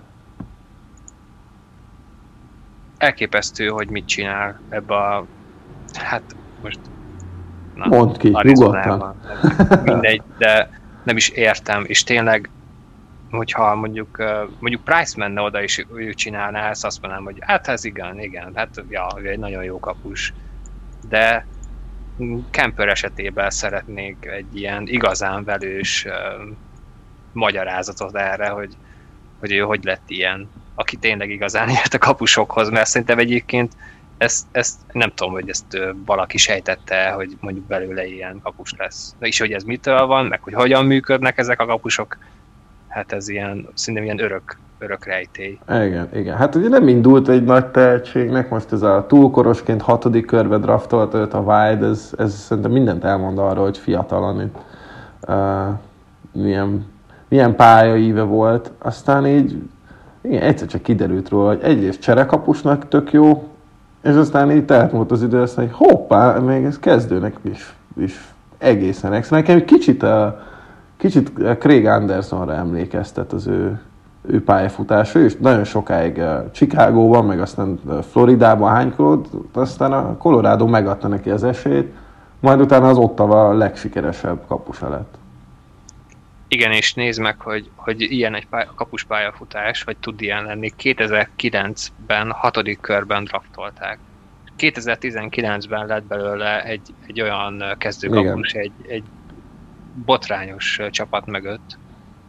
Elképesztő, hogy mit csinál ebbe a... Hát most... Na, mondd ki, nyugodtan. Mindegy, de nem is értem, és tényleg hogyha mondjuk, mondjuk Price menne oda és ő csinálná ezt, azt mondanám, hogy hát ez igen, igen, hát ja, egy nagyon jó kapus. De Kemper esetében szeretnék egy ilyen igazán velős uh, magyarázatot erre, hogy, hogy ő hogy lett ilyen, aki tényleg igazán ért a kapusokhoz, mert szerintem egyébként ezt, ezt nem tudom, hogy ezt uh, valaki sejtette, hogy mondjuk belőle ilyen kapus lesz. És hogy ez mitől van, meg hogy hogyan működnek ezek a kapusok, hát ez ilyen, szerintem ilyen örök, örök rejtély. Igen, igen. Hát ugye nem indult egy nagy tehetségnek, most ez a túlkorosként hatodik körbe draftolt őt a Wild, ez, ez szerintem mindent elmond arról, hogy fiatalon itt uh, milyen, milyen pályaíve volt. Aztán így igen, egyszer csak kiderült róla, hogy egyrészt cserekapusnak tök jó, és aztán így elmúlt az idő, azt mondja, hogy hoppá, még ez kezdőnek is, is egészen extra. Nekem egy kicsit, uh, kicsit Craig Andersonra emlékeztet az ő ő pályafutása, és nagyon sokáig uh, Chicagóban, meg aztán uh, Floridában hánykolódott, aztán a Colorado megadta neki az esélyt, majd utána az Ottawa a legsikeresebb kapusa lett. Igen, és nézd meg, hogy, hogy ilyen egy pály- kapus pályafutás, vagy tud ilyen lenni. kétezer-kilencben hatodik körben draftolták. kétezer-tizenkilencben lett belőle egy, egy olyan kezdőkapus, egy, egy botrányos csapat mögött.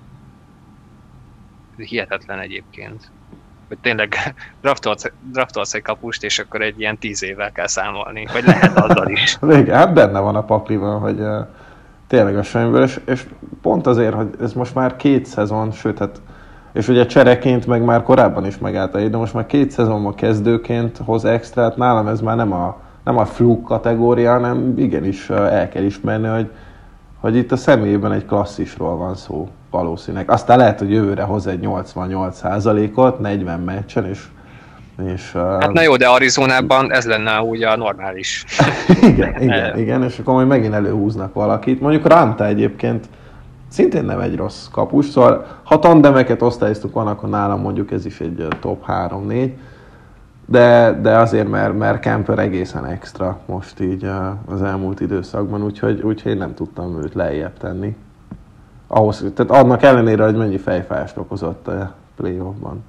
Hihetetlen egyébként. Hogy tényleg draftolsz, draftolsz egy kapust, és akkor egy ilyen tíz évvel kell számolni. Vagy lehet azzal is. Igen, hát benne van a pakliban, hogy uh, tényleg a semmiből, és, és pont azért, hogy ez most már két szezon, sőt, hát, és ugye csereként meg már korábban is megállt, de most már két szezonban kezdőként hoz extrát, nálam ez már nem a, nem a fluk kategória, hanem igenis uh, el kell ismerni, hogy, hogy itt a személyében egy klasszisról van szó. Valószínűleg. Aztán lehet, hogy jövőre hoz egy nyolcvannyolc százalékot, negyven meccsen, és... és hát na jó, de Arizonában ez lenne úgy a normális. igen, igen, igen, és akkor majd megint előhúznak valakit. Mondjuk Ranta egyébként szintén nem egy rossz kapus, szóval ha tandemeket osztályoztuk van, akkor nálam mondjuk ez is egy top három négy, de, de azért, mert, mert Kemper egészen extra most így az elmúlt időszakban, úgyhogy, úgyhogy én nem tudtam őt lejjebb tenni. Ahhoz, tehát annak ellenére, hogy mennyi fejfájást okozott a playoffban.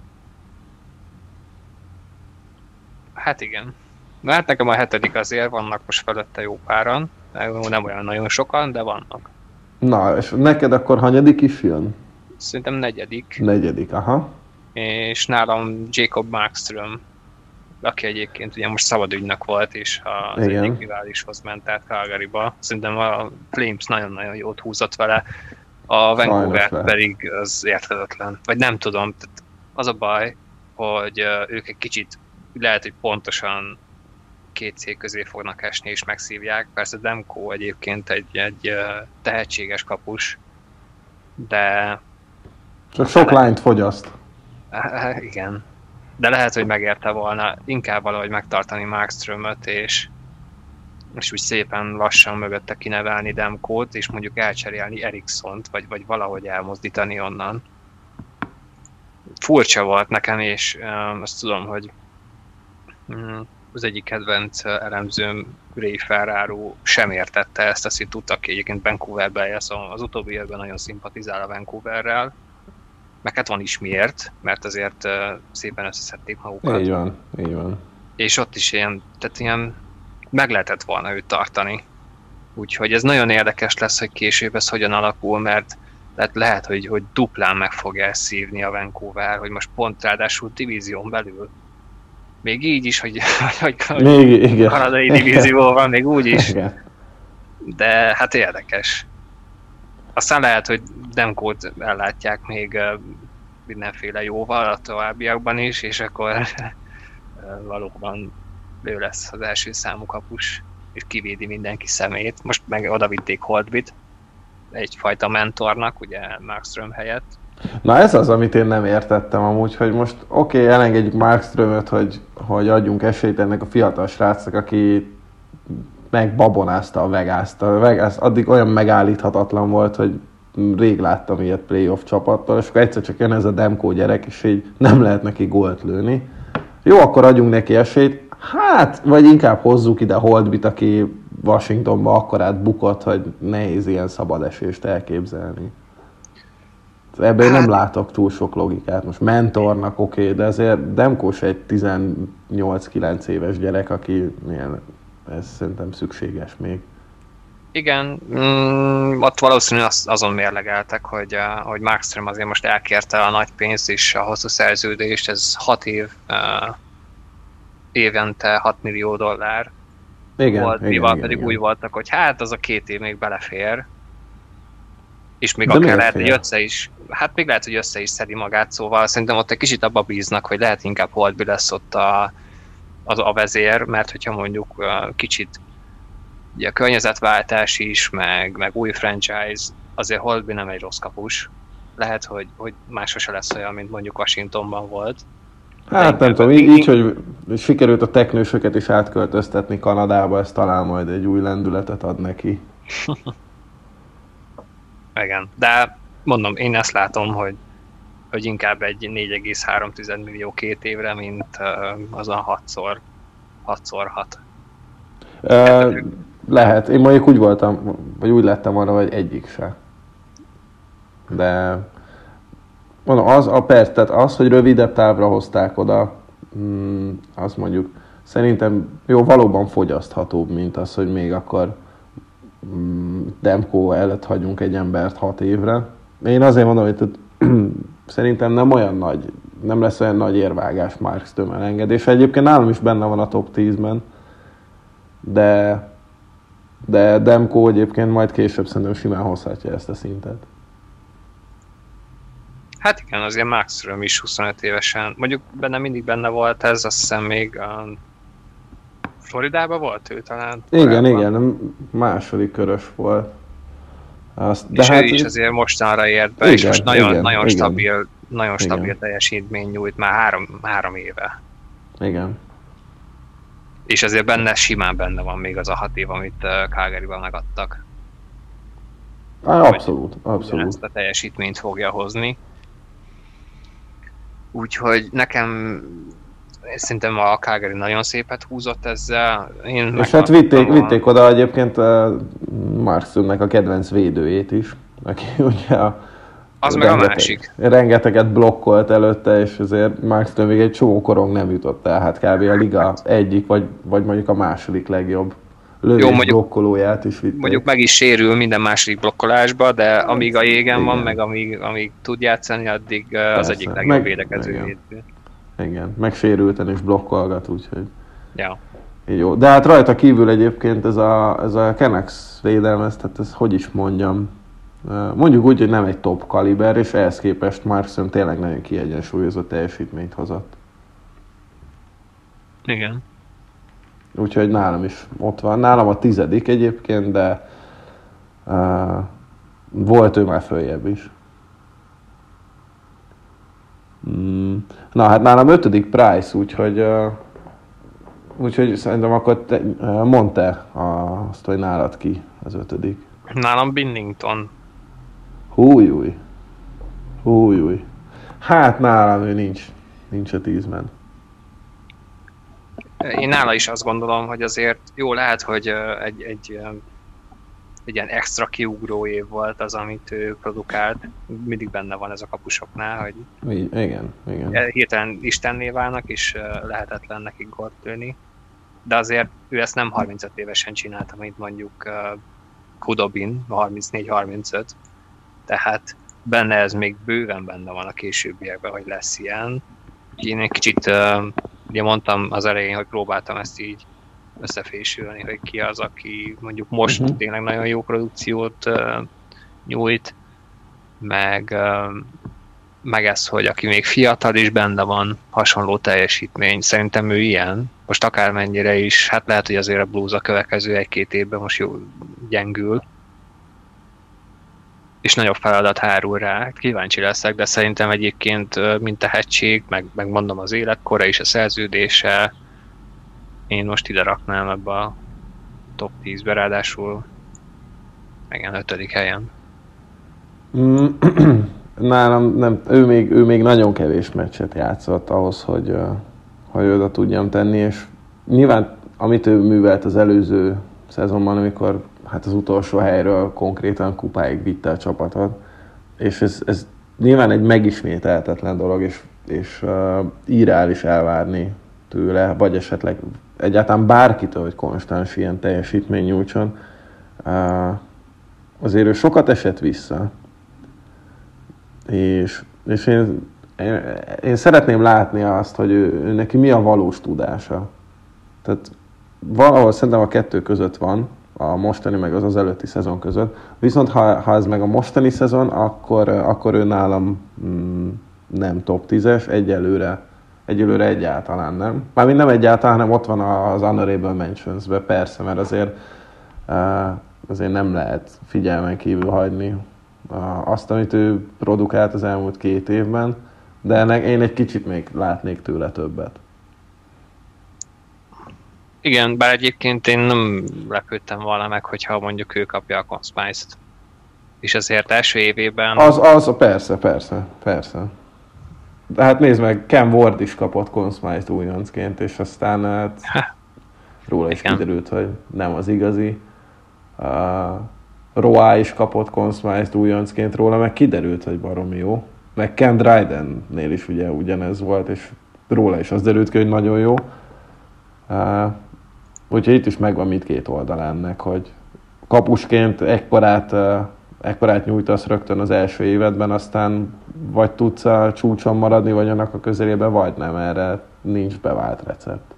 Hát igen. Na hát nekem a hetedik azért, vannak most fölötte jó páran. Nem olyan nagyon sokan, de vannak. Na, és neked akkor hanyadik is jön? Szerintem negyedik. Negyedik, aha. És nálam Jacob Markström. aki egyébként ugye most szabad ügynök volt, és az Igen. egyik riválishoz ment át Calgaryba. Szerintem a Flames nagyon-nagyon jót húzott vele, a Vancouver pedig az érthetetlen. Vagy nem tudom, tehát az a baj, hogy ők egy kicsit lehet, hogy pontosan két cég közé fognak esni és megszívják. Persze Demko egyébként egy, egy tehetséges kapus, de... Csak sok lányt fogyaszt. Igen. De lehet, hogy megérte volna inkább valahogy megtartani Markströmöt, és, és úgy szépen lassan mögötte kinevelni Demkót, és mondjuk elcserélni Erikssont, vagy, vagy valahogy elmozdítani onnan. Furcsa volt nekem, és um, azt tudom, hogy um, az egyik kedvenc elemzőm, Ray Ferraro sem értette ezt a szitut, aki egyébként Vancouverben él, szóval az utóbbi évben nagyon szimpatizál a Vancouverrel. Meg hát van is miért, mert azért uh, szépen összeszedték magukat. Így van, így van. És ott is ilyen, tehát ilyen meg lehetett volna őt tartani. Úgyhogy ez nagyon érdekes lesz, hogy később ez hogyan alakul, mert lehet, lehet hogy, hogy duplán meg fogja szívni a Vancouver, hogy most pont ráadásul divízión belül. Még így is, hogy, hogy, hogy még, igen. kanadai divízió van, még úgy is. Igen. De hát érdekes. Aztán lehet, hogy Demkót ellátják még mindenféle jóval a továbbiakban is, és akkor valóban ő lesz az első számú kapus, és kivédi mindenki szemét. Most meg odavitték Holtbyt, egyfajta mentornak, ugye Markström helyett. Na ez az, amit én nem értettem amúgy, hogy most oké, okay, elengedjük Markströmöt, hogy, hogy adjunk esélyt ennek a fiatal srácnak, aki megbabonázta a Vegas-t. A Vegas addig olyan megállíthatatlan volt, hogy rég láttam ilyet playoff csapattól, és akkor egyszer csak jön ez a Demko gyerek, és így nem lehet neki gólt lőni. Jó, akkor adjunk neki esélyt. Hát, vagy inkább hozzuk ide Holtbyt, aki Washingtonba akkorát bukott, hogy nehéz ilyen szabad esést elképzelni. Ebben hát, nem látok túl sok logikát. Most mentornak oké, okay, de azért Demko se egy tizennyolc-kilenc éves gyerek, aki milyen, ez szerintem szükséges még. Igen, mm, ott valószínűleg az, azon mérlegeltek, hogy, uh, hogy Markström azért most elkérte a nagy pénzt és a hosszú szerződést, ez hat év, uh, évente hat millió dollár igen, volt, igen, mivel igen, pedig igen. úgy voltak, hogy hát az a két év még belefér, és még de akár lehet, fél? hogy össze is, hát még lehet, hogy össze is szedi magát, szóval szerintem ott egy kicsit abba bíznak, hogy lehet inkább Holtby lesz ott a, az a vezér, mert hogyha mondjuk uh, kicsit ugye a környezetváltás is, meg, meg új franchise, azért Holtby nem egy rossz kapus. Lehet, hogy, hogy máshol se lesz olyan, mint mondjuk Washingtonban volt. Hát nem tudom, így, így, hogy sikerült a teknősöket is átköltöztetni Kanadába, ez talán majd egy új lendületet ad neki. Igen, de mondom, én ezt látom, hogy, hogy inkább egy négy egész három millió két évre, mint az a hatszor hat. Uh, lehet. Én mondjuk úgy voltam, vagy úgy lettem volna, hogy egyik se. De mondom, az a perc, tehát az, hogy rövidebb távra hozták oda, mm, azt mondjuk szerintem jó, valóban fogyaszthatóbb, mint az, hogy még akkor mm, Demko előtt hagyunk egy embert hat évre. Én azért mondom, hogy tud, szerintem nem olyan nagy, nem lesz olyan nagy érvágás Markström elengedése. Egyébként nálam is benne van a top tízben, de de Demko egyébként majd később szerintem simán hozhatja ezt a szintet. Hát igen, azért Markström is huszonöt évesen, mondjuk benne mindig benne volt ez, azt hiszem még a Floridában volt ő talán? Igen, korábban. Igen, második körös volt. Azt, de és hát ő is azért mostanra ért be, igen, és most nagyon, igen, nagyon igen. stabil, nagyon stabil igen. teljesítmény nyújt már három, három éve. Igen. És azért benne, simán benne van még az a hat év, amit Calgaryban megadtak. Ah, abszolút, abszolút. Ezt a teljesítményt fogja hozni. Úgyhogy nekem szerintem a Calgary nagyon szépet húzott ezzel. Én és hát vitték, vitték oda egyébként uh, Markströmnek a kedvenc védőjét is, aki ugye a az meg a másik. Rengeteget blokkolt előtte, és azért Markström még egy csomó korong nem jutott el, hát kb. A liga egyik, vagy, vagy mondjuk a második legjobb lövés blokkolóját is vitték. Mondjuk meg is sérül minden második blokkolásba, de amíg a jégen igen. van, meg amíg, amíg tud játszani, addig Persze. az egyik legjobb meg, védekező védő. Igen, meg sérülten is blokkolgat, úgyhogy... Ja. Jó. De hát rajta kívül egyébként ez a, ez a Canucks védelmez, tehát ez hogy is mondjam, mondjuk úgy, hogy nem egy top kaliber, és ehhez képest Markström tényleg nagyon kiegyensúlyozott teljesítményt hozott. Igen. Úgyhogy nálam is ott van. Nálam a tizedik egyébként, de uh, volt ő már följebb is. Mm. Na hát nálam ötödik Price, úgyhogy uh, úgyhogy szerintem akkor te, uh, mondd te azt, hogy nálad ki az ötödik. Nálam Binnington. Hújúj. Hújúj. Hát nálam ő nincs. Nincs a tízben. Én nála is azt gondolom, hogy azért jó lehet, hogy egy, egy, egy ilyen extra kiugró év volt az, amit ő produkált. Mindig benne van ez a kapusoknál, hogy igen, igen. Hirtelen istenné válnak, és lehetetlen nekik gólt lőni. De azért ő ezt nem harmincöt évesen csinálta, mint mondjuk Khudobin, harmincnégy harmincöt. Tehát benne ez még bőven benne van a későbbiekben, hogy lesz ilyen. Én egy kicsit, ugye mondtam az elején, hogy próbáltam ezt így összefésülni, hogy ki az, aki mondjuk most uh-huh. tényleg nagyon jó produkciót uh, nyújt, meg, uh, meg ez, hogy aki még fiatal is benne van, hasonló teljesítmény. Szerintem ő ilyen. Most akármennyire is, hát lehet, hogy azért a Blues a következő egy-két évben most jó gyengül, és nagyobb feladat hárul rá. Kíváncsi leszek, de szerintem egyébként mint tehetség, meg, meg mondom az életkora és a szerződése, én most ide raknám ebbe a top tízbe, ráadásul igen, ötödik helyen. Nálam nem, ő még, ő még nagyon kevés meccset játszott ahhoz, hogy, hogy oda tudjam tenni, és nyilván amit ő művelt az előző szezonban, amikor hát az utolsó helyről konkrétan kupáig vitte a csapatot, és ez, ez nyilván egy megismételhetetlen dolog, és, és uh, irreális elvárni tőle, vagy esetleg egyáltalán bárkitől, hogy konstans ilyen teljesítmény nyújtson. Uh, azért ő sokat esett vissza, és, és én, én, én szeretném látni azt, hogy ő, ő neki mi a valós tudása. Tehát valahol szerintem a kettő között van, a mostani meg az az előtti szezon között. Viszont ha, ha ez meg a mostani szezon, akkor, akkor ő nálam mm, nem top tízes, egyelőre, egyelőre egyáltalán nem. Mármint nem egyáltalán, hanem ott van az Honorable Mentions-be, persze, mert azért, azért nem lehet figyelmen kívül hagyni azt, amit ő produkált az elmúlt két évben, de én egy kicsit még látnék tőle többet. Igen, bár egyébként én nem lepődtem volna meg, hogyha mondjuk ő kapja a Conn Smythe-t. És azért első évében... Az, az, persze, persze, persze. De hát nézd meg, Cam Ward is kapott Conn Smythe újoncként, és aztán hát róla is igen. Kiderült, hogy nem az igazi. Uh, Roa is kapott Conn Smythe újoncként, róla meg kiderült, hogy baromi jó. Meg Cam Dryden-nél is ugye ugyanez volt, és róla is az derült ki, hogy nagyon jó. Uh, Úgyhogy itt is megvan mindkét oldal ennek, hogy kapusként ekkorát, ekkorát nyújtasz rögtön az első évedben, aztán vagy tudsz a csúcson maradni, vagy annak a közelében, vagy nem. Erre nincs bevált recept.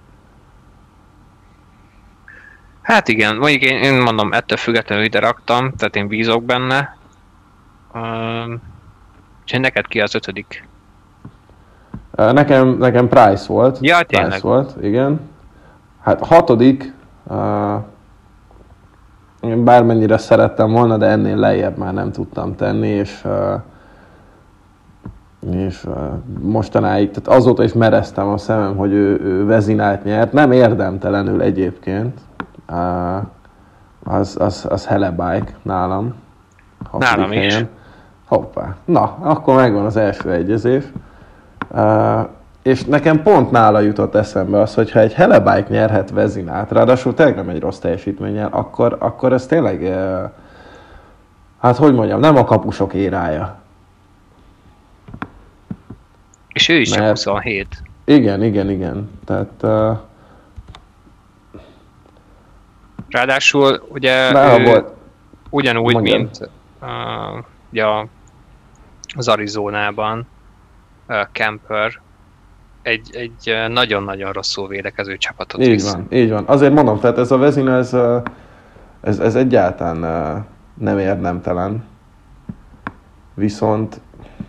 Hát igen, mondjuk én, én mondom, ettől függetlenül ide raktam, tehát én bízok benne. Um, és neked ki az ötödik? Nekem, nekem Price volt. Ja, Price tényleg. volt, igen. Hát a hatodik, uh, én bármennyire szerettem volna, de ennél lejjebb már nem tudtam tenni, és, uh, és uh, mostanáig, tehát azóta is mereztem a szemem, hogy ő, ő Vezinát nyert, nem érdemtelenül egyébként, uh, az, az, az Hellebuck nálam. Nálam is. Helyen. Hoppá, na, akkor megvan az első egyezés. Uh, És nekem pont nála jutott eszembe az, hogy ha egy Hellebuck nyerhet Vezinát, ráadásul tényleg nem egy rossz teljesítménnyel, akkor, akkor ez tényleg, eh, hát hogy mondjam, nem a kapusok érája. És ő is Mert, csak huszonhét. Igen, igen, igen. Tehát... Uh, ráadásul ugye ő volt, ugyanúgy, mondjam. mint uh, ugye az Arizonában uh, Kemper, egy, egy nagyon-nagyon rosszul védekező csapatot így visz. van, így van. Azért mondom, tehát ez a Vezina, ez, ez, ez egyáltalán nem érdemtelen. Viszont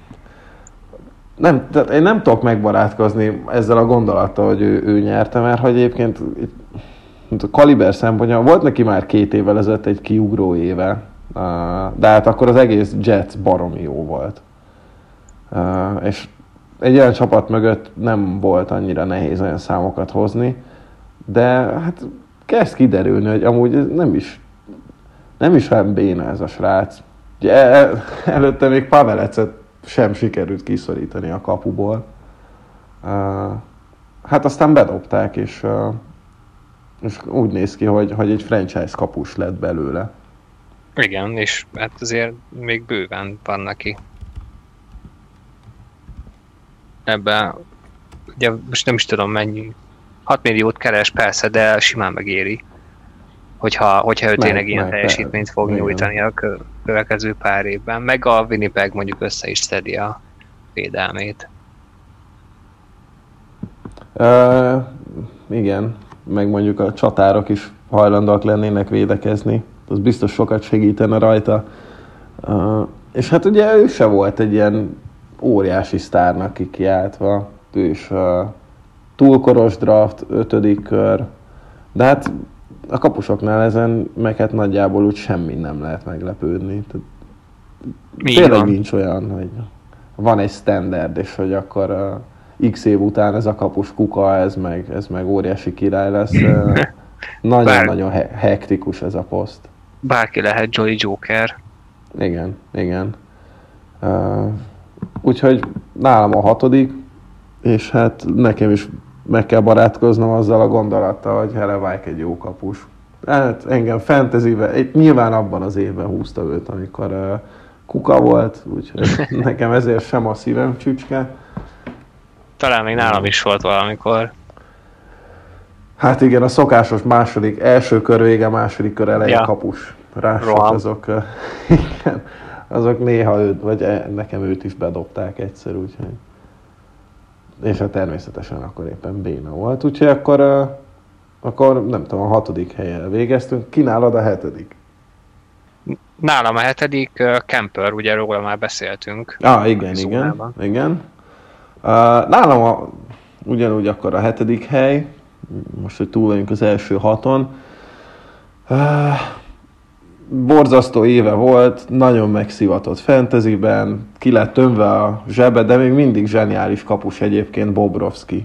nem, tehát én nem tudok megbarátkozni ezzel a gondolattal, hogy ő, ő nyerte, mert hogy egyébként a kaliber szempontja, volt neki már két évvel ezelőtt egy kiugró éve, de hát akkor az egész Jets baromi jó volt. És egy olyan csapat mögött nem volt annyira nehéz olyan számokat hozni, de hát kezd kiderülni, hogy amúgy nem is, nem is olyan béna ez a srác. Ugye el, előtte még Pavelecet sem sikerült kiszorítani a kapuból. Hát aztán bedobták, és, és úgy néz ki, hogy, hogy egy franchise kapus lett belőle. Igen, és hát azért még bőven van neki. Ebben, ugye most nem is tudom mennyi, hat milliót keres persze, de simán megéri, hogyha, hogyha ő tényleg ilyen teljesítményt fog igen. nyújtani a következő pár évben, meg a Winnipeg mondjuk össze is szedi a védelmét. Uh, igen, meg mondjuk a csatárok is hajlandóak lennének védekezni, az biztos sokat segítene rajta. Uh, és hát ugye ő se volt egy ilyen óriási sztárnak kikiáltva, ő is uh, túlkoros draft, ötödik kör, de hát a kapusoknál ezen meg hát nagyjából úgy semmi nem lehet meglepődni. Tényleg nincs olyan, hogy van egy standard, és hogy akkor uh, x év után ez a kapus kuka, ez meg, ez meg óriási király lesz. Uh, nagyon-nagyon Bár... he- hektikus ez a poszt. Bárki lehet Jolly Joker. Igen, igen. Uh, úgyhogy nálam a hatodik, és hát nekem is meg kell barátkoznom azzal a gondolattal, hogy Hellebuyck egy jó kapus. Hát engem fantasybe, nyilván abban az évben húzta őt, amikor uh, kuka volt, úgyhogy nekem ezért sem a szívem csücske. Talán még nálam is volt valamikor. Hát igen, a szokásos második, első kör vége, második kör eleje ja. kapus. Rások azok, uh, igen, azok néha őt, vagy nekem őt is bedobták egyszer, úgyhogy. És hát természetesen akkor éppen béna volt, úgyhogy akkor, uh, akkor nem tudom, a hatodik helyen végeztünk. Ki nálad a hetedik? Nálam a hetedik uh, Kemper, ugye róla már beszéltünk. Ah, igen, igen, igen. Uh, nálam a, ugyanúgy akkor a hetedik hely, most, hogy túl vagyunk az első haton. Uh, borzasztó éve volt, nagyon megszivatott fantasyben, ki lett tömve a zsebe, de még mindig zseniális kapus egyébként Bobrovsky.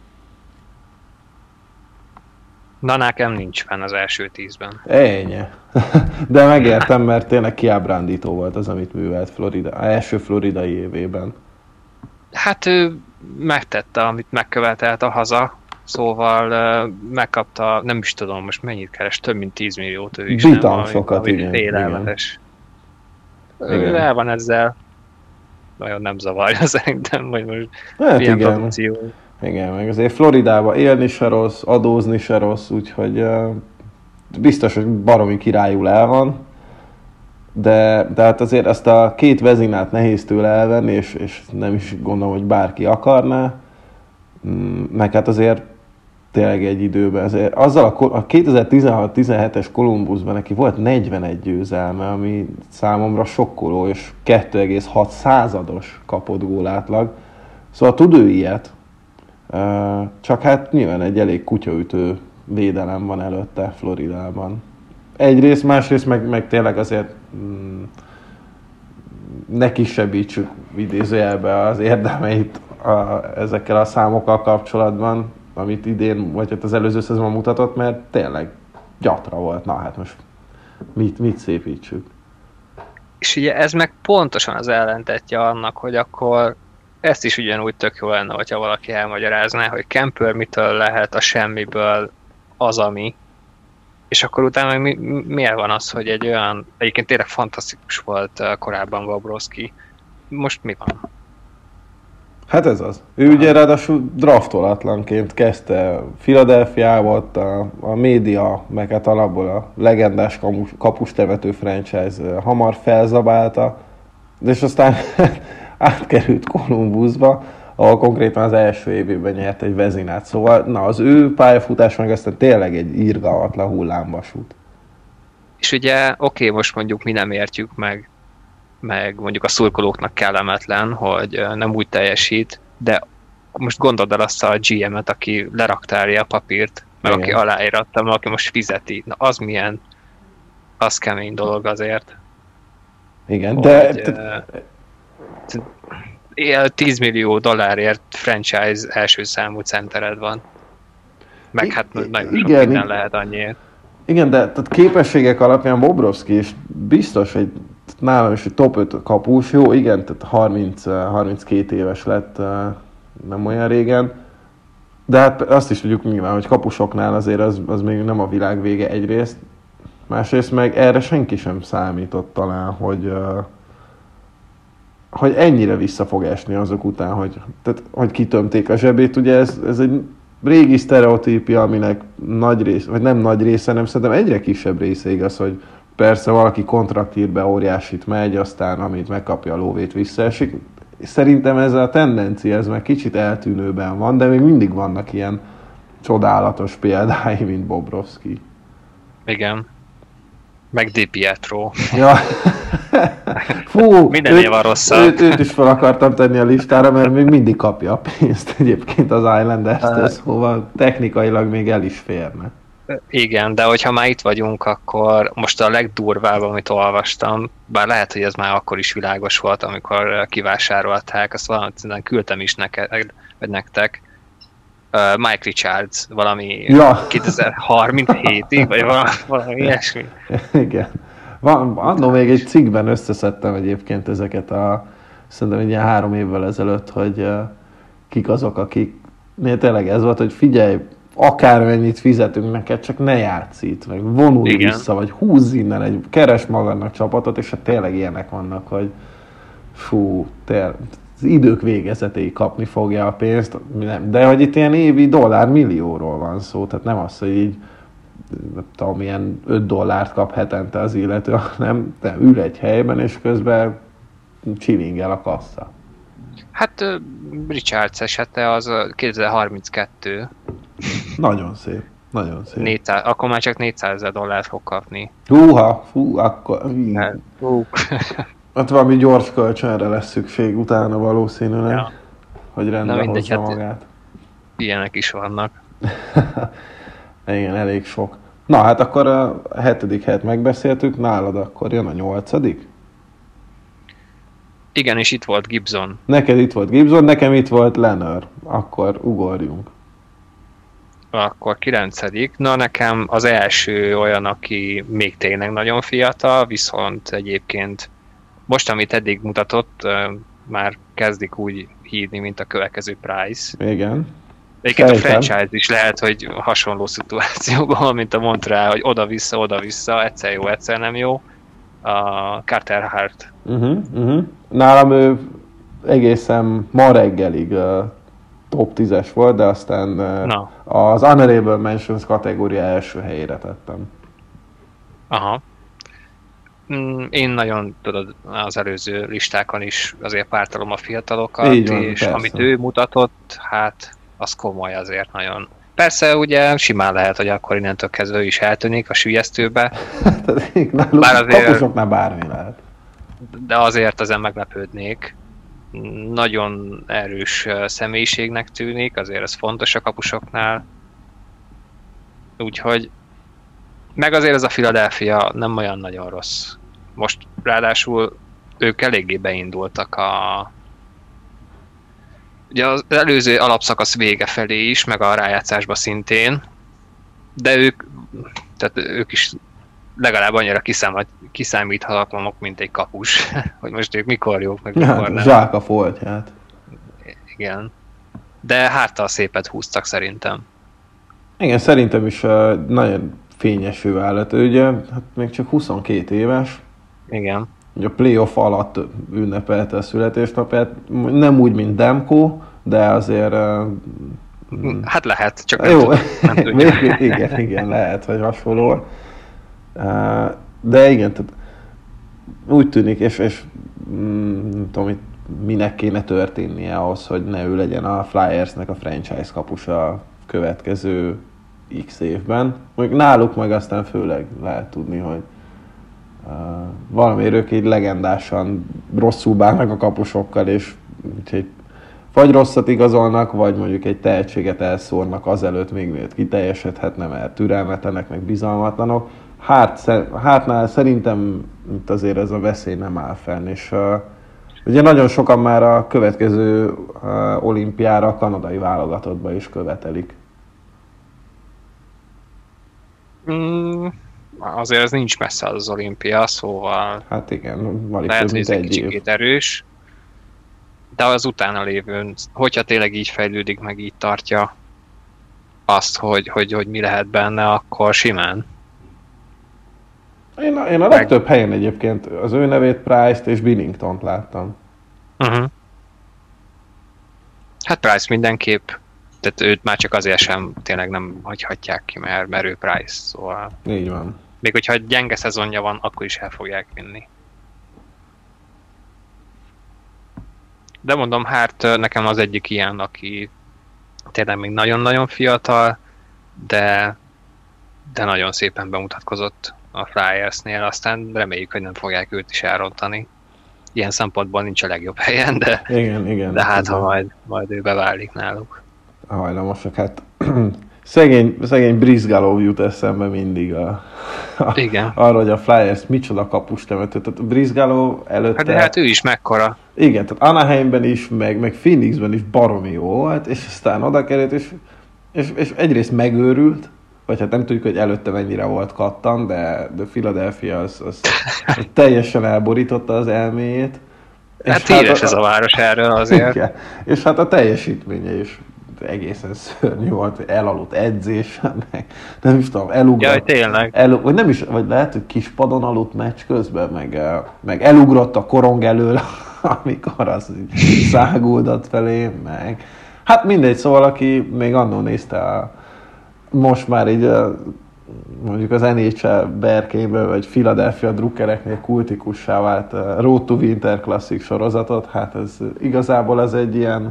Na, nekem nincs fenn az első tízben. Ennyi. De megértem, mert tényleg kiábrándító volt az, amit művelt Florida, az első floridai évében. Hát ő megtette, amit megkövetelt a haza, szóval uh, megkapta, nem is tudom most mennyit keres, több mint tíz milliót ő is. Bitam sokat, igen. Félelmetes. Igen. El van ezzel. Nagyon nem zavarja szerintem, hogy most hát ilyen igen. produkció. Igen, meg azért Floridában élni se rossz, adózni se rossz, úgyhogy uh, biztos, hogy baromi királyul el van. De, de hát azért ezt a két vezinát nehéz tőle elvenni, és, és nem is gondolom, hogy bárki akarná. Meg hát azért tényleg egy időben, azért azzal a, a kétezer-tizenhat tizenhetes Columbusban neki volt negyvenegy győzelme, ami számomra sokkoló, és kettő egész hat százados kapott gólátlag. Szóval tud ő ilyet, csak hát nyilván egy elég kutyaütő védelem van előtte Floridában. Egyrészt, másrészt meg, meg tényleg azért mm, ne kisebbítsük idézőjelbe az érdemeit a, ezekkel a számokkal kapcsolatban, amit idén, vagy hát az előző szezonban mutatott, mert tényleg gyatra volt. Na hát most mit, mit szépítsük? És ugye ez meg pontosan az ellentetje annak, hogy akkor ezt is ugyanúgy tök jó lenne, hogyha valaki elmagyarázná, hogy Kemper mitől lehet a semmiből az, ami, és akkor utána mi, miért van az, hogy egy olyan, egyébként tényleg fantasztikus volt korábban Bobrovsky, most mi van? Hát ez az. Ő ugye ráadásul draftolatlanként kezdte Philadelphiába, a, a média, meg hát alapból a legendás kapus, kapustevető franchise hamar felzabálta, és aztán átkerült Columbusba, ahol konkrétan az első évében nyert egy vezinát. Szóval na, az ő pályafutás meg aztán tényleg egy irgalmatlan hullámvasút. És ugye, oké, okay, most mondjuk mi nem értjük meg, meg mondjuk a szurkolóknak kellemetlen, hogy nem úgy teljesít, de most gondold el azt a gé em-et, aki leraktálja a papírt, meg igen. Aki aláíratta, meg aki most fizeti. Na az milyen, az kemény dolog azért. Igen, hogy, de... Uh, tíz millió dollárért franchise első számú centered van. Meg hát I- nagyon sok igen, minden lehet annyiért. Igen, de tehát képességek alapján Bobrovsky is biztos, hogy nálam is egy top öt kapus, jó, igen, tehát harminc, harminckét éves lett nem olyan régen, de hát azt is tudjuk nyilván, hogy kapusoknál azért az, az még nem a világ vége egyrészt, másrészt meg erre senki sem számított talán, hogy, hogy ennyire vissza fog esni azok után, hogy, tehát, hogy kitömték a zsebét, ugye ez, ez egy régi sztereotípia, aminek nagy része, vagy nem nagy része, nem szerintem egyre kisebb része igaz, hogy persze valaki kontrakt ír be, óriásit megy, aztán amit megkapja a lóvét visszaesik. Szerintem ez a tendencia, ez meg kicsit eltűnőben van, de még mindig vannak ilyen csodálatos példái, mint Bobrovsky. Igen. Meg Di Pietro. Ja. Fú, mindennél van rosszabb. Őt, őt is fel akartam tenni a listára, mert még mindig kapja a pénzt egyébként az Islanders-től, szóval technikailag még el is férne. Igen, de hogyha már itt vagyunk, akkor most a legdurvább, amit olvastam, bár lehet, hogy ez már akkor is világos volt, amikor kivásárolták, azt valaminek küldtem is neked, vagy nektek, uh, Mike Richards, valami ja. kétezer-harminchétig, vagy valami, valami ilyesmi. Igen. Annól még egy cikkben összeszedtem egyébként ezeket a, szerintem egy ilyen három évvel ezelőtt, hogy uh, kik azok, akik, tényleg ez volt, hogy figyelj, akármennyit fizetünk neked, csak ne játsz itt, meg vonulj igen. vissza, vagy húzz innen, egy, keres magadnak csapatot, és hát tényleg ilyenek vannak, hogy fú, tényleg, az idők végezetéig kapni fogja a pénzt, nem, de hogy itt ilyen évi dollár millióról van szó, tehát nem az, hogy így nem tudom, ilyen öt dollárt kap hetente az illető, hanem de ül egy helyben, és közben chillingel a kassa. Hát Richards esete az kétezer-harminckettő. Nagyon szép, nagyon szép. négyszáz, akkor már csak négyszázezer dollárt fog kapni. Húha, fú, akkor... Hát, hú. Ott valami gyors kölcsönre lesz szükség utána valószínűleg, ja. hogy rendbe mindegy, hozza magát. Hát, ilyenek is vannak. Igen, elég sok. Na hát akkor a hetedik helyet megbeszéltük, nálad akkor jön a nyolcadik? Igen, és itt volt Gibson. Neked itt volt Gibson, nekem itt volt Lehner. Akkor ugorjunk. Akkor kilencedik. Na nekem az első olyan, aki még tényleg nagyon fiatal, viszont egyébként most, amit eddig mutatott, már kezdik úgy hívni, mint a következő Price. Igen. Egyébként a franchise is lehet, hogy hasonló szituációban van, mint a Montreal, hogy oda-vissza, oda-vissza, egyszer jó, egyszer nem jó. A Carter Hart. Uh-huh, uh-huh. Nálam ő egészen ma reggelig uh, top tízes volt, de aztán uh, no. az Honorable Mentions kategória első helyére tettem. Aha. Én nagyon, tudod, az előző listákon is azért pártolom a fiatalokat, van, és persze. Amit ő mutatott, hát az komoly azért nagyon. Persze ugye simán lehet, hogy akkor innentől kezdve ő is eltűnik a sülyeztőbe. Bár azért, kapusoknál bármi lehet. De azért ezen meglepődnék. Nagyon erős személyiségnek tűnik, azért ez fontos a kapusoknál. Úgyhogy meg azért ez a Philadelphia nem olyan nagyon rossz. Most ráadásul ők eléggé beindultak a... Ugye az előző alapszakasz vége felé is, meg a rájátszásba szintén, de ők, tehát ők is legalább annyira kiszámíthatatlanok, mint egy kapus, hogy most ők mikor jók, meg mikor hát, nem. Zsák a foltját. Igen. De háttal szépet húztak szerintem. Igen, szerintem is uh, nagyon fényes ő állat. Ő ugye hát még csak huszonkét éves. Igen. A playoff alatt ünnepelte a születésnapját. Nem úgy, mint Demko, de azért... Uh, hát lehet, csak nem, jó, tud, nem tudja. igen, igen, lehet, hogy hasonló. Uh, de igen, tehát úgy tűnik, és, és mm, nem tudom, itt minek kéne történnie ahhoz, hogy ne ő legyen a Flyersnek a franchise kapusa a következő X évben. Mondjuk náluk meg aztán főleg lehet tudni, hogy uh, valamiért ők így legendásan rosszul bánnak a kapusokkal, és úgyhogy vagy rosszat igazolnak, vagy mondjuk egy tehetséget elszórnak azelőtt, még mielőtt kiteljesedhetne, mert türelmetlenek, meg bizalmatlanok. Hát, hátnál szerintem itt azért ez a veszély nem áll fenn, és uh, ugye nagyon sokan már a következő uh, olimpiára a kanadai válogatottba is követelik. Mm, azért ez nincs messze az olimpia, szóval Hát igen, van lehet, több, hogy mint ez egy egy év. kicsit erős, de az utána lévőn, hogyha tényleg így fejlődik, meg így tartja azt, hogy, hogy, hogy mi lehet benne, akkor simán. Én a, én a legtöbb helyen egyébként az ő nevét, Price-t és Binningtont láttam. Uh-huh. Hát Price mindenképp, tehát őt már csak azért sem tényleg nem hagyhatják ki, mert, mert ő Price, szóval Így van. még hogyha gyenge szezonja van, akkor is el fogják vinni. De mondom, Hart nekem az egyik ilyen, aki tényleg még nagyon-nagyon fiatal, de, de nagyon szépen bemutatkozott a Flyersnél, aztán reméljük, hogy nem fogják őt is elrontani. Ilyen szempontból nincs a legjobb helyen, de, Igen, igen. de hát ha majd, majd ő beválik náluk. Hajlamosak, hát szegény, szegény Brizgalov jut eszembe mindig a, a, Igen. arra, hogy a Flyers micsoda kapust temető. Tehát Brizgalov előtte... Hát de hát ő is mekkora. Igen, tehát Anaheimben is, meg, meg Phoenixben is baromi jó volt, és aztán oda került, és, és, és egyrészt megőrült, vagy hát nem tudjuk, hogy előtte mennyire volt kattan, de, de Philadelphia az, az, az teljesen elborította az elméjét. Hát híres ez a város erről azért. Igen. És hát a teljesítménye is egészen szörnyű volt, elaludt edzésen, meg nem is tudom, elugrott. Jaj, tényleg. El, vagy nem is, vagy lehet, hogy kispadon aludt meccs közben, meg, meg elugrott a korong elől, amikor az száguldott felé, meg... Hát mindegy, szóval aki még annól nézte a, most már így mondjuk az en há el berkéből, vagy Philadelphia drukkereknél kultikussá vált Road to Winter Classic sorozatot, hát ez igazából ez egy ilyen,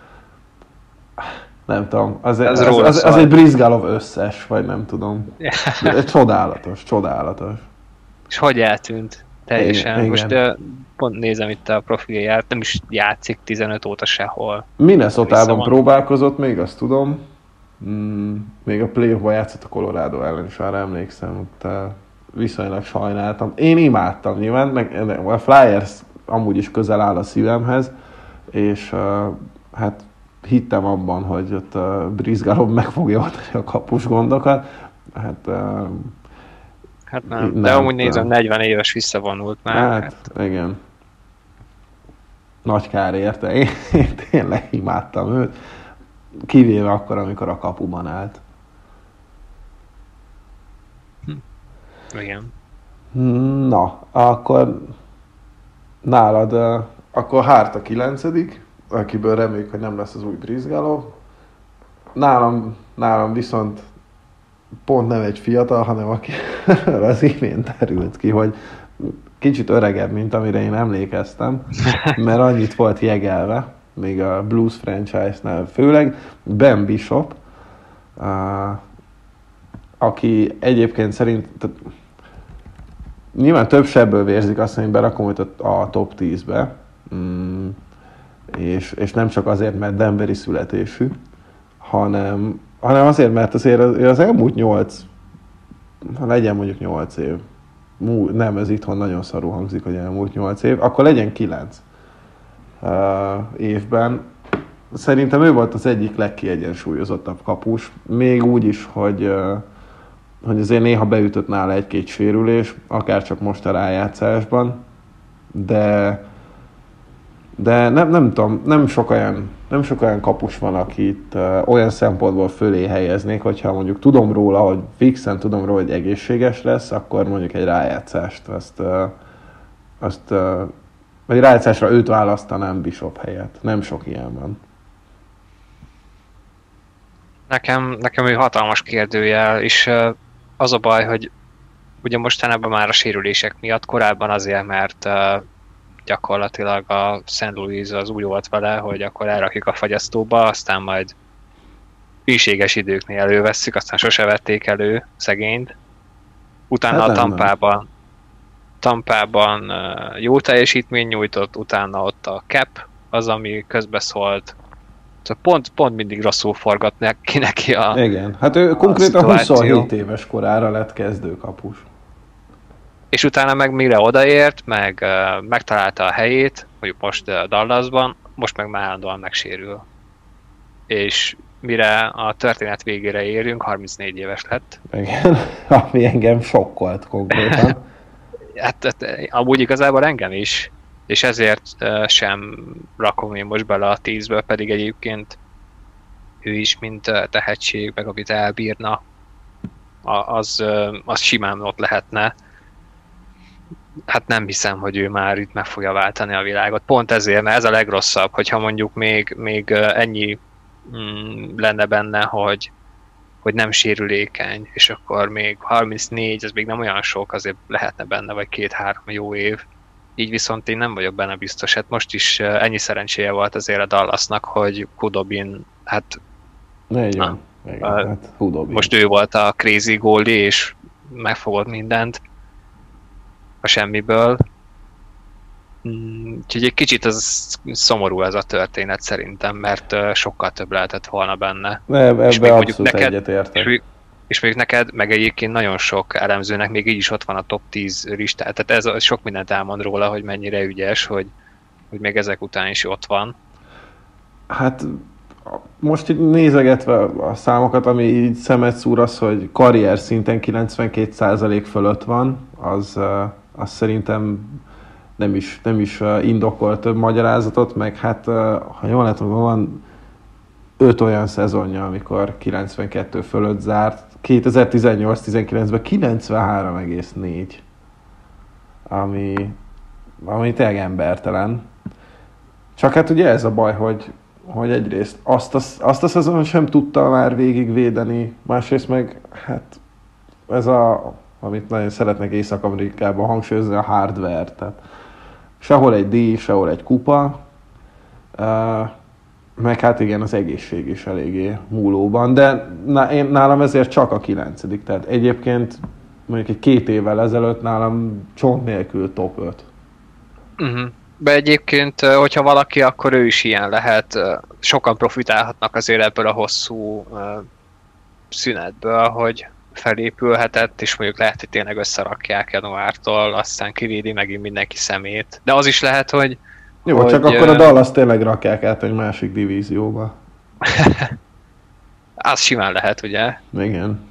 nem tudom, az, ez az, az, az, az egy Brizgalov összes, vagy nem tudom. Csodálatos, csodálatos. És hogy eltűnt? Teljesen. Igen, most igen. uh, pont nézem itt a profilját, nem is játszik tizenöt óta sehol. Minnesotában próbálkozott még, azt tudom. Mm, még a playoffban játszott a Colorado ellen is, arra emlékszem, ott uh, viszonylag sajnáltam. Én imádtam nyilván, meg a Flyers amúgy is közel áll a szívemhez, és uh, hát hittem abban, hogy ott uh, Brizgalov meg fogja oldani a kapus gondokat. Hát, uh, hát nem, nem, de amúgy nem. nézem, negyven éves visszavonult már. Hát, hát. igen. Nagy kár érte. Én, én tényleg imádtam őt. Kivéve akkor, amikor a kapuban állt. Igen. Na, akkor nálad, uh, akkor Hart a kilencedik, akiből reméljük, hogy nem lesz az új Brizgalov. Nálam, nálam viszont pont nem egy fiatal, hanem aki az imént derült ki, hogy kicsit öregebb, mint amire én emlékeztem, mert annyit volt jegelve, még a Blues franchise-nál főleg, Ben Bishop, uh, aki egyébként szerint, tehát, nyilván több sebből vérzik, azt mondja, hogy berakom őt a top tízbe, mm, és, és nem csak azért, mert denveri születésű, hanem, hanem azért, mert azért az, az elmúlt nyolc, ha legyen mondjuk nyolc év, Mú, nem, ez itthon nagyon szarul hangzik, hogy elmúlt nyolc év, akkor legyen kilenc uh, évben. Szerintem ő volt az egyik legkiegyensúlyozottabb kapus, még úgy is, hogy, uh, hogy azért néha beütött nála egy-két sérülés, akár csak most a rájátszásban, de de nem, nem tudom, nem sok olyan, nem sok olyan kapus van, akit uh, olyan szempontból fölé helyeznék, hogyha mondjuk tudom róla, hogy fixen tudom róla, hogy egészséges lesz, akkor mondjuk egy rájátszást, azt, uh, azt uh, vagy rájátszásra őt választanám Bishop helyett. Nem sok ilyen van. Nekem, nekem ő hatalmas kérdőjel, és uh, az a baj, hogy ugye mostanában már a sérülések miatt, korábban azért, mert uh, gyakorlatilag a Saint Louis az úgy volt vele, hogy akkor elrakjuk a fagyasztóba, aztán majd hűséges időknél elővesszük, aztán sose vették elő szegényt. Utána hát a Tampában, Tampában jó teljesítmény nyújtott, utána ott a Cap, az, ami közbeszólt. Pont, pont mindig rosszul forgat neki, neki a Igen, hát ő konkrétan huszonhét éves korára lett kezdőkapus. És utána meg mire odaért, meg uh, megtalálta a helyét, mondjuk most uh, Dallasban, most meg már állandóan megsérül. És mire a történet végére érünk, harmincnégy éves lett. Igen, ami engem sokkolt konkrétan. hát, hát amúgy igazából engem is, és ezért uh, sem rakom én most bele a tízből, pedig egyébként ő is, mint uh, tehetség, meg amit elbírna, az, uh, az simán ott lehetne. Hát nem hiszem, hogy ő már itt meg fogja váltani a világot. Pont ezért, mert ez a legrosszabb, hogyha mondjuk még, még ennyi mm, lenne benne, hogy, hogy nem sérülékeny, és akkor még harmincnégy, ez még nem olyan sok, azért lehetne benne, vagy két-három jó év. Így viszont én nem vagyok benne biztos. Hát most is ennyi szerencséje volt azért a Dallasnak, hogy Khudobin, hát, na, igen, a, hát most ő volt a crazy goalie, és megfogott mindent a semmiből. Úgyhogy egy kicsit ez szomorú ez a történet szerintem, mert sokkal több lehetett volna benne. Ebbe és még abszolút neked, egyetértek. És, és még neked, meg egyébként nagyon sok elemzőnek még így is ott van a top tíz listá. Tehát ez sok mindent elmond róla, hogy mennyire ügyes, hogy, hogy még ezek után is ott van. Hát most így nézegetve a számokat, ami így szemet szúr, az, hogy karrier szinten kilencvenkét százalék fölött van, az, az szerintem nem is, nem is indokol több magyarázatot, meg hát, ha jól látom, van öt olyan szezonja, amikor kilencvenkettő fölött zárt. kétezer-tizennyolc tizenkilencben kilencvenhárom egész négy, ami, ami tényleg embertelen. Csak hát ugye ez a baj, hogy hogy egyrészt azt a, azt a szezon sem tudta már végigvédeni, másrészt meg hát ez a, amit nagyon szeretnek Észak-Amerikában hangsúlyozni, a hardware, tehát sehol egy díj, sehol egy kupa, uh, meg hát igen, az egészség is eléggé múlóban, de ná, én, nálam ezért csak a kilencedik, tehát egyébként mondjuk egy két évvel ezelőtt nálam csont nélkül top öt. Uh-huh. De egyébként, hogyha valaki, akkor ő is ilyen lehet. Sokan profitálhatnak azért ebből a hosszú szünetből, hogy felépülhetett, és mondjuk lehet, hogy tényleg összerakják januártól, aztán kivédi megint mindenki szemét. De az is lehet, hogy... Jó, hogy, csak akkor a Dallas tényleg rakják át egy másik divízióba. Az simán lehet, ugye? Igen.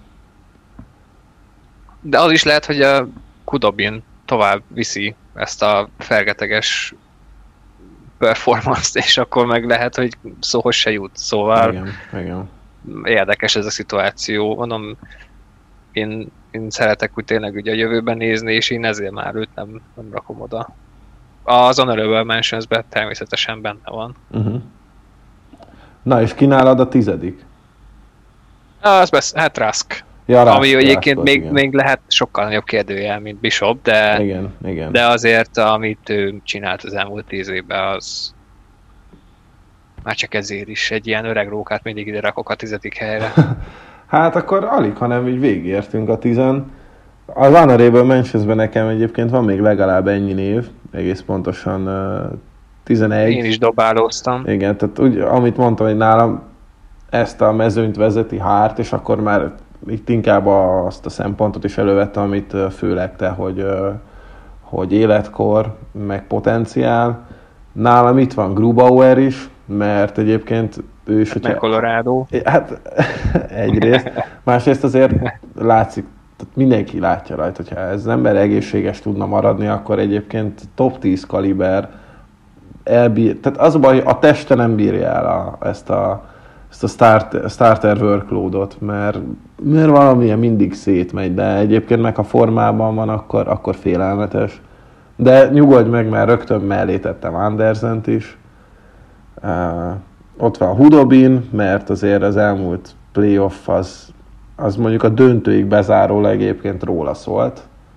De az is lehet, hogy a Khudobin tovább viszi ezt a fergeteges performance-t, és akkor meg lehet, hogy szóhoz se jut. Szóval igen, igen. Érdekes ez a szituáció. Mondom, én, én szeretek úgy tényleg ugye a jövőben nézni, és én ezért már őt nem, nem rakom oda. Az Honorable Mentions-ben természetesen benne van. Uh-huh. Na, és kínálad a tizedik? Az besz- hát Rask. Ja, Rask, ami egyébként Rask, még, még lehet sokkal nagyobb kérdőjel, mint Bishop, de, igen, igen. de azért, amit ő csinált az elmúlt tíz évben, az már csak ezért is egy ilyen öreg rókát mindig ide rakok a tizedik helyre. Hát akkor alig, hanem így végigértünk a tizen. A Honorable Mentionsben nekem egyébként van még legalább ennyi név, egész pontosan uh, tizenegy. Én is dobálóztam. Igen, tehát úgy, amit mondtam, hogy nálam ezt a mezőnyt vezeti Hart, és akkor már itt inkább azt a szempontot is elővettem, amit főleg te, hogy, hogy életkor, meg potenciál. Nálam itt van Grubauer is, mert egyébként ő is... Hát meg Colorado. Hát egyrészt. Másrészt azért látszik, tehát mindenki látja rajta, hogyha ez az ember egészséges tudna maradni, akkor egyébként top tíz kaliber elbír. Tehát az a baj, hogy a teste nem bírja el a, ezt a ezt a start, starter workloadot, mert, mert valamilyen mindig szétmegy, de egyébként meg ha formában van, akkor, akkor félelmetes. De nyugodj meg, mert rögtön mellé tettem Andersent is. Uh, ott van Khudobin, mert azért az elmúlt playoff az, az mondjuk a döntőig bezárólag egyébként róla szólt,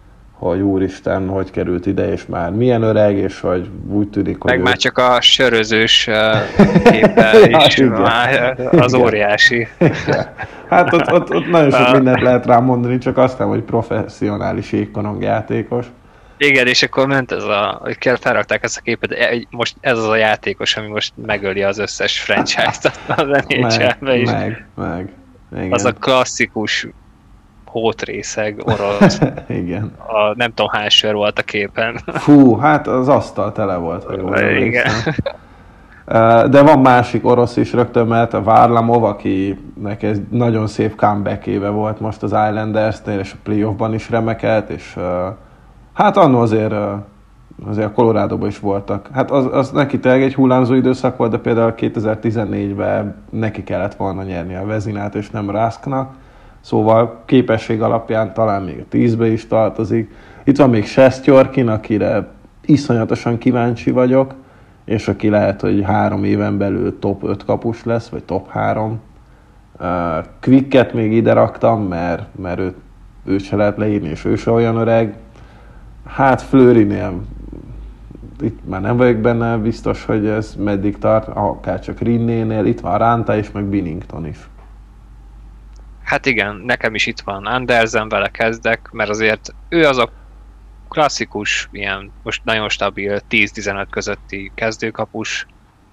hogy úristen, hogy került ide, és már milyen öreg, és hogy úgy tűnik, hogy... Meg ő... már csak a sörözős képpel is már az óriási. Hát ott, ott, ott nagyon sok mindent lehet rá mondani, csak aztán, hogy professzionális jégkorong játékos. Igen, és akkor ment ez a, hogy kell felrakták ezt a képet, most ez az a játékos, ami most megöli az összes franchise-t az en há el-be is. Meg, meg, igen. Az a klasszikus hótrészeg orosz. Igen. A, nem tudom hány sör volt a képen. Fú, hát az asztal tele volt, ha jól Igen. De van másik orosz is rögtön, mert a Varlamov, akinek ez nagyon szép comeback-éve volt most az Islanders-nél, és a playoffban is remekelt, és hát annól azért, azért a Coloradoban is voltak. Hát az, az neki tényleg egy hullámzó időszak volt, de például kétezer-tizennégyben neki kellett volna nyerni a Vezinát, és nem Rasknak. Szóval képesség alapján talán még a tízbe is tartozik. Itt van még Shesterkin, akire iszonyatosan kíváncsi vagyok, és aki lehet, hogy három éven belül top öt kapus lesz, vagy top három. Uh, Quicket még ide raktam, mert, mert őt, őt se lehet leírni, és ő se olyan öreg. Hát Fleurynél itt már nem vagyok benne biztos, hogy ez meddig tart, akár csak Rinnénél, itt van Ranta is, meg Binnington is. Hát igen, nekem is itt van Andersen, vele kezdek, mert azért ő az a klasszikus, ilyen most nagyon stabil tíz-tizenöt közötti kezdőkapus.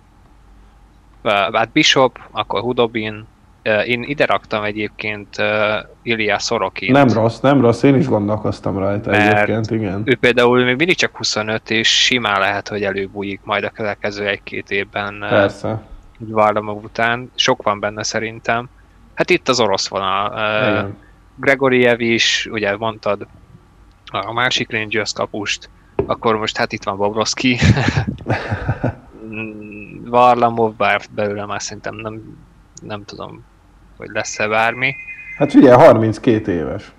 Hát Bishop, akkor Hudobin. Én ide raktam egyébként Ilya Sorokint. Nem rossz, nem rossz, én is gondolkoztam rajta egyébként, igen. Ő például még mindig csak huszonöt, és simán lehet, hogy előbújik majd a következő egy-két évben. Persze. Varlamov után. Sok van benne szerintem. Hát itt az orosz vonal. Igen. Gregoriev is, ugye mondtad, a másik Rangers kapust, akkor most hát itt van Bobrovsky. Varlamov, bár belőle már szerintem nem, nem tudom, hogy lesz-e bármi. Hát ugye harminckét éves.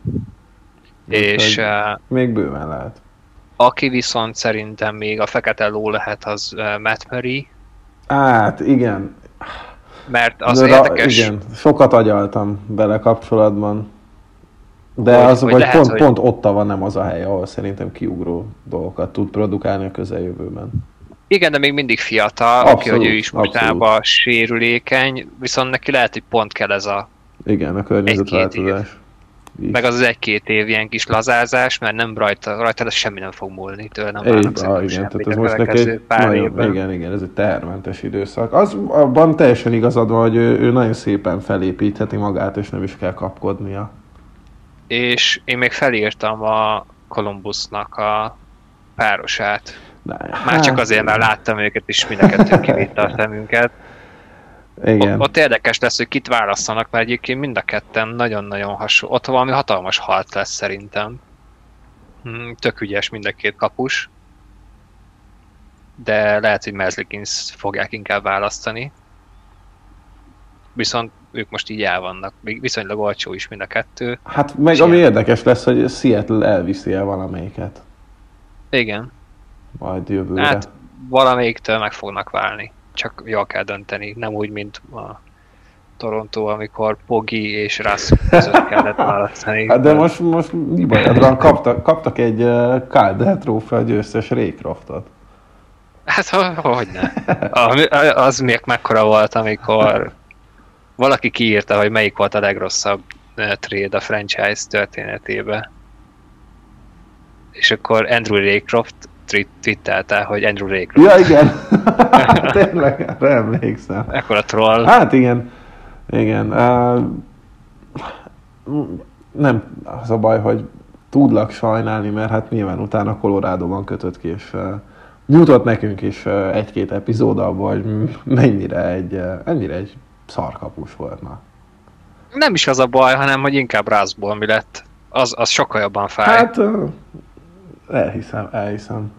És uh, még bőven lehet. Aki viszont szerintem még a fekete ló lehet, az uh, Matt Murray. Hát igen. Mert az ra- érdekes... Igen, sokat agyaltam bele kapcsolatban. De hogy, az, hogy vagy lehet, pont, hogy... pont Ottawa nem az a hely, ahol szerintem kiugró dolgokat tud produkálni a közeljövőben. Igen, de még mindig fiatal, abszolút, aki, hogy ő is mostában sérülékeny, viszont neki lehet, hogy pont kell ez a igen, a környezetváltozás. Meg az az egy-két év ilyen kis lazázás, mert nem rajta, rajta de semmi nem fog múlni tőle, nem várnak szerintem igen, tehát ez most neki nagyon, igen, igen, ez egy tehermentes időszak. Az, abban teljesen igazad van, hogy ő, ő nagyon szépen felépítheti magát, és nem is kell kapkodnia. És én még felírtam a Columbusnak a párosát. De, Már hát... csak azért, mert láttam őket, és mind a kettő kivitte a szemünket. Igen. Ott, ott érdekes lesz, hogy kit választanak, mert egyébként mind a ketten nagyon-nagyon hasonló. Ott valami hatalmas harc lesz szerintem. Tök ügyes mind a két kapus. De lehet, hogy Merzlikins fogják inkább választani. Viszont ők most így el vannak. Viszonylag olcsó is mind a kettő. Hát meg és ami ilyen... érdekes lesz, hogy Seattle elviszi el valamelyiket. Igen. Majd jövőre. Hát valamelyiktől meg fognak válni. Csak jól kell dönteni, nem úgy, mint a Toronto, amikor Poggi és Russ között kellett választani. Hát de most, most mi bajod van? Kaptak, kaptak egy uh, Calder trófea győztes Raycroftot. Hát hogyne. Az még mekkora volt, amikor valaki kiírta, hogy melyik volt a legrosszabb trade a franchise történetében. És akkor Andrew Raycroft twittelte, hogy Andrew Raycroft. Ja, igen. Tényleg, erre emlékszem. Ekkora troll. Hát igen. Igen. Uh, nem az a baj, hogy tudlak sajnálni, mert hát nyilván utána Coloradoban kötött ki, és uh, nyújtott nekünk is uh, egy-két epizód abban, hogy mennyire egy, uh, ennyire egy szarkapus volt már. Nem is az a baj, hanem hogy inkább Russból mi lett. Az, az sokkal jobban fáj. Hát uh, elhiszem, elhiszem.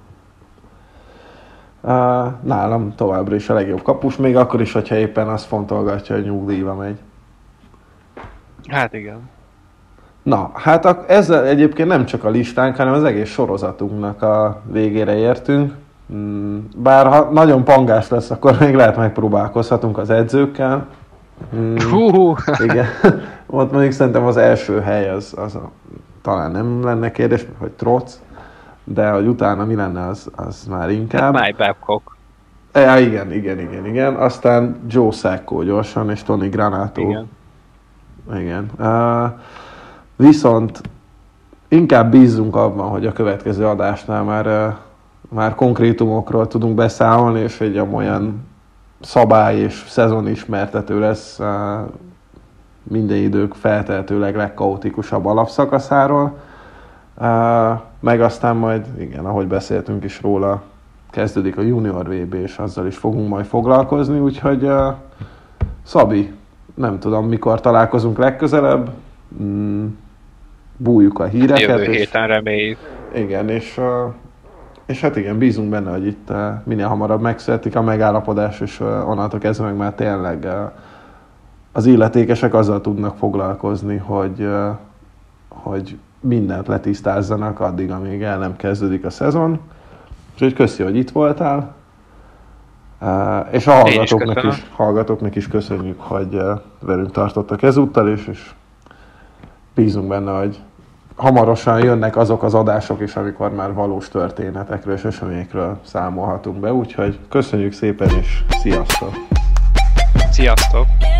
Uh, nálam továbbra is a legjobb kapus, még akkor is, hogyha éppen azt fontolgatja, hogy nyugdíjba megy. Hát igen. Na, hát a, ezzel egyébként nem csak a listánk, hanem az egész sorozatunknak a végére értünk. Bár ha nagyon pangás lesz, akkor még lehet megpróbálkozhatunk az edzőkkel. Hú! Igen. Ott mondjuk szerintem az első hely az, az a talán nem lenne kérdés, hogy Trotz, de hogy utána mi lenne, az, az már inkább. Mike Babcock. Ja, igen, igen, igen, igen. Aztán Joe Sacco gyorsan, és Tony Granato. Igen. Igen. Uh, viszont inkább bízzunk abban, hogy a következő adásnál már, uh, már konkrétumokról tudunk beszámolni, és egy olyan szabály és szezonismertető lesz uh, minden idők feltehetőleg legkaotikusabb alapszakaszáról. Uh, meg aztán majd, igen, ahogy beszéltünk is róla, kezdődik a Junior vé bé, és azzal is fogunk majd foglalkozni, úgyhogy uh, Szabi, nem tudom, mikor találkozunk legközelebb, mm, bújjuk a híreket. Jövő héten reméljük. Igen, és, uh, és hát igen, bízunk benne, hogy itt uh, minél hamarabb megszületik a megállapodás, és uh, onnantól kezdve meg már tényleg uh, az illetékesek azzal tudnak foglalkozni, hogy, uh, hogy mindent letisztázzanak addig, amíg el nem kezdődik a szezon. Úgyhogy köszi, hogy itt voltál. Uh, és a hallgatóknak is, is, hallgatóknak is köszönjük, hogy uh, velünk tartottak ezúttal is, és bízunk benne, hogy hamarosan jönnek azok az adások is, amikor már valós történetekről és eseményekről számolhatunk be. Úgyhogy köszönjük szépen, és sziasztok! Sziasztok!